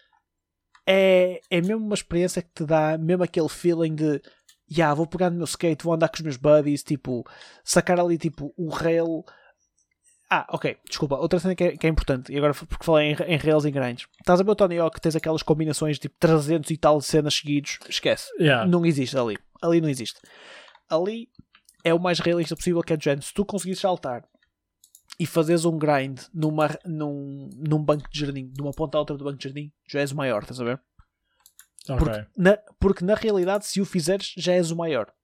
é mesmo uma experiência que te dá mesmo aquele feeling de vou pegar no meu skate, vou andar com os meus buddies, tipo, sacar ali tipo o rail. Ok, desculpa, outra cena que é importante, e agora porque falei em rails e grinds. Estás a ver o Tony Hawk que tens aquelas combinações tipo 300 e tal cenas seguidos? Esquece, não existe ali não existe. Ali é o mais realista possível, que é do género, se tu conseguires saltar e fazeres um grind num banco de jardim, de uma ponta a outra do banco de jardim, já és o maior, estás a ver? Okay. Porque na realidade, se o fizeres, já és o maior.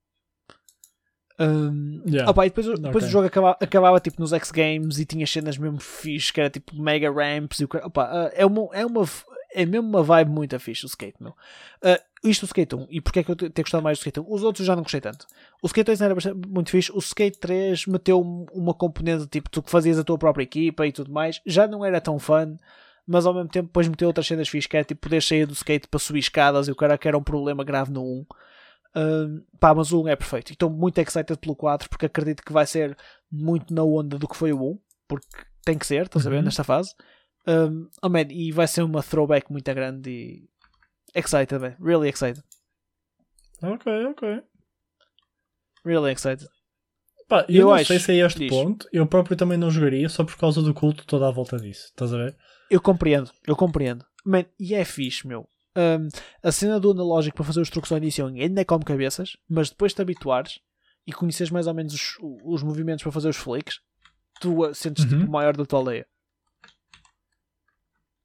E depois o jogo acabava tipo nos X Games e tinha cenas mesmo fixe, que era tipo mega ramps e é mesmo uma vibe muito fixe o skate, meu. Isto o Skate 1, e porque é que eu tenho gostado mais do Skate 1? Os outros já não gostei tanto. O Skate 2 era muito fixe. O Skate 3 meteu uma componente tipo tu que fazias a tua própria equipa e tudo mais, já não era tão fun, mas ao mesmo tempo depois meteu outras cenas fixes, que é tipo poder sair do skate para subir escadas, e o cara que era um problema grave no 1. Mas o 1 é perfeito e estou muito excited pelo 4 porque acredito que vai ser muito na onda do que foi o 1, porque tem que ser, estás a ver, nesta fase. E vai ser uma throwback muito grande e excited, man. Really excited. Ok. Really excited. Pá, eu não sei se é este ponto, eu próprio também não jogaria só por causa do culto toda à volta disso, estás a ver? Eu compreendo. Man, e é fixe, meu. A cena do analógico para fazer os truques ao início ainda é como cabeças, mas depois te habituares e conheceres mais ou menos os movimentos para fazer os flicks, tu sentes tipo o maior da tua aldeia.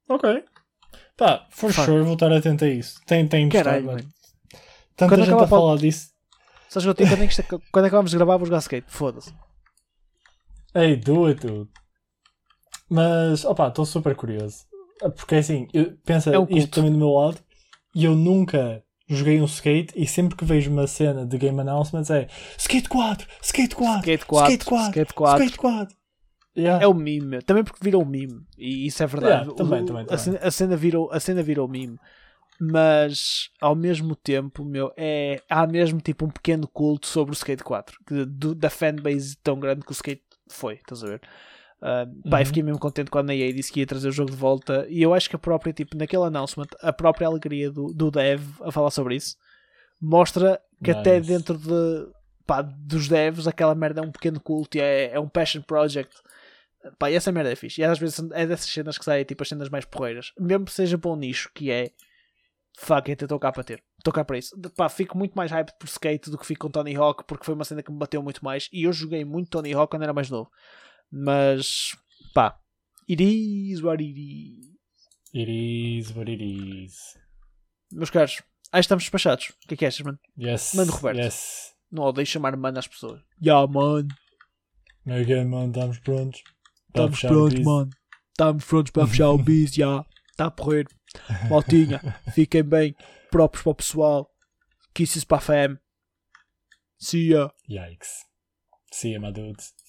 Ok. Pá, for sure, vou estar atento a isso. Tem Caralho, mostrado, mano. tanta Quando gente acaba a falar disso. Sabes que eu tenho quando acabamos de gravar, vou jogar skate. Foda-se. Ei, do it, dude. Mas, opá, estou super curioso. Porque assim, pensa É um isto culto. também do meu lado. E eu nunca joguei um skate. E sempre que vejo uma cena de game announcements é Skate 4, Skate 4, Skate 4, Skate 4, Skate 4. Skate 4. Yeah. É o meme, meu. Também porque virou meme. E isso é verdade. Yeah, também. A cena virou meme. Mas ao mesmo tempo, meu, há mesmo tipo um pequeno culto sobre o Skate 4 da fanbase tão grande que o Skate foi, estás a ver? Pá, eu fiquei mesmo contente quando a EA disse que ia trazer o jogo de volta, e eu acho que a própria, tipo, naquele announcement, a própria alegria do dev a falar sobre isso mostra que até dentro dos devs aquela merda é um pequeno culto e é um passion project. Pá, e essa merda é fixe, e às vezes é dessas cenas que saem tipo as cenas mais porreiras, mesmo que seja para um nicho que é fuck it, eu estou cá para ter. Estou cá para isso. Pá, fico muito mais hyped por skate do que fico com Tony Hawk, porque foi uma cena que me bateu muito mais. E eu joguei muito Tony Hawk quando era mais novo. Mas, pá, it is what it is. It is what it is. Meus caros, aí estamos despachados. O que é que achas, mano? Yes. Mano, Roberto. Yes. Não odeio chamar mano às pessoas. Ya, mano. Ok, mano, estamos prontos. Estamos prontos, mano. Estamos prontos para fechar o bis, já. Está a porrer. Maltinha, fiquem bem. Próprios para o pessoal. Kisses para a fam. See ya. Yikes. See ya, my dudes.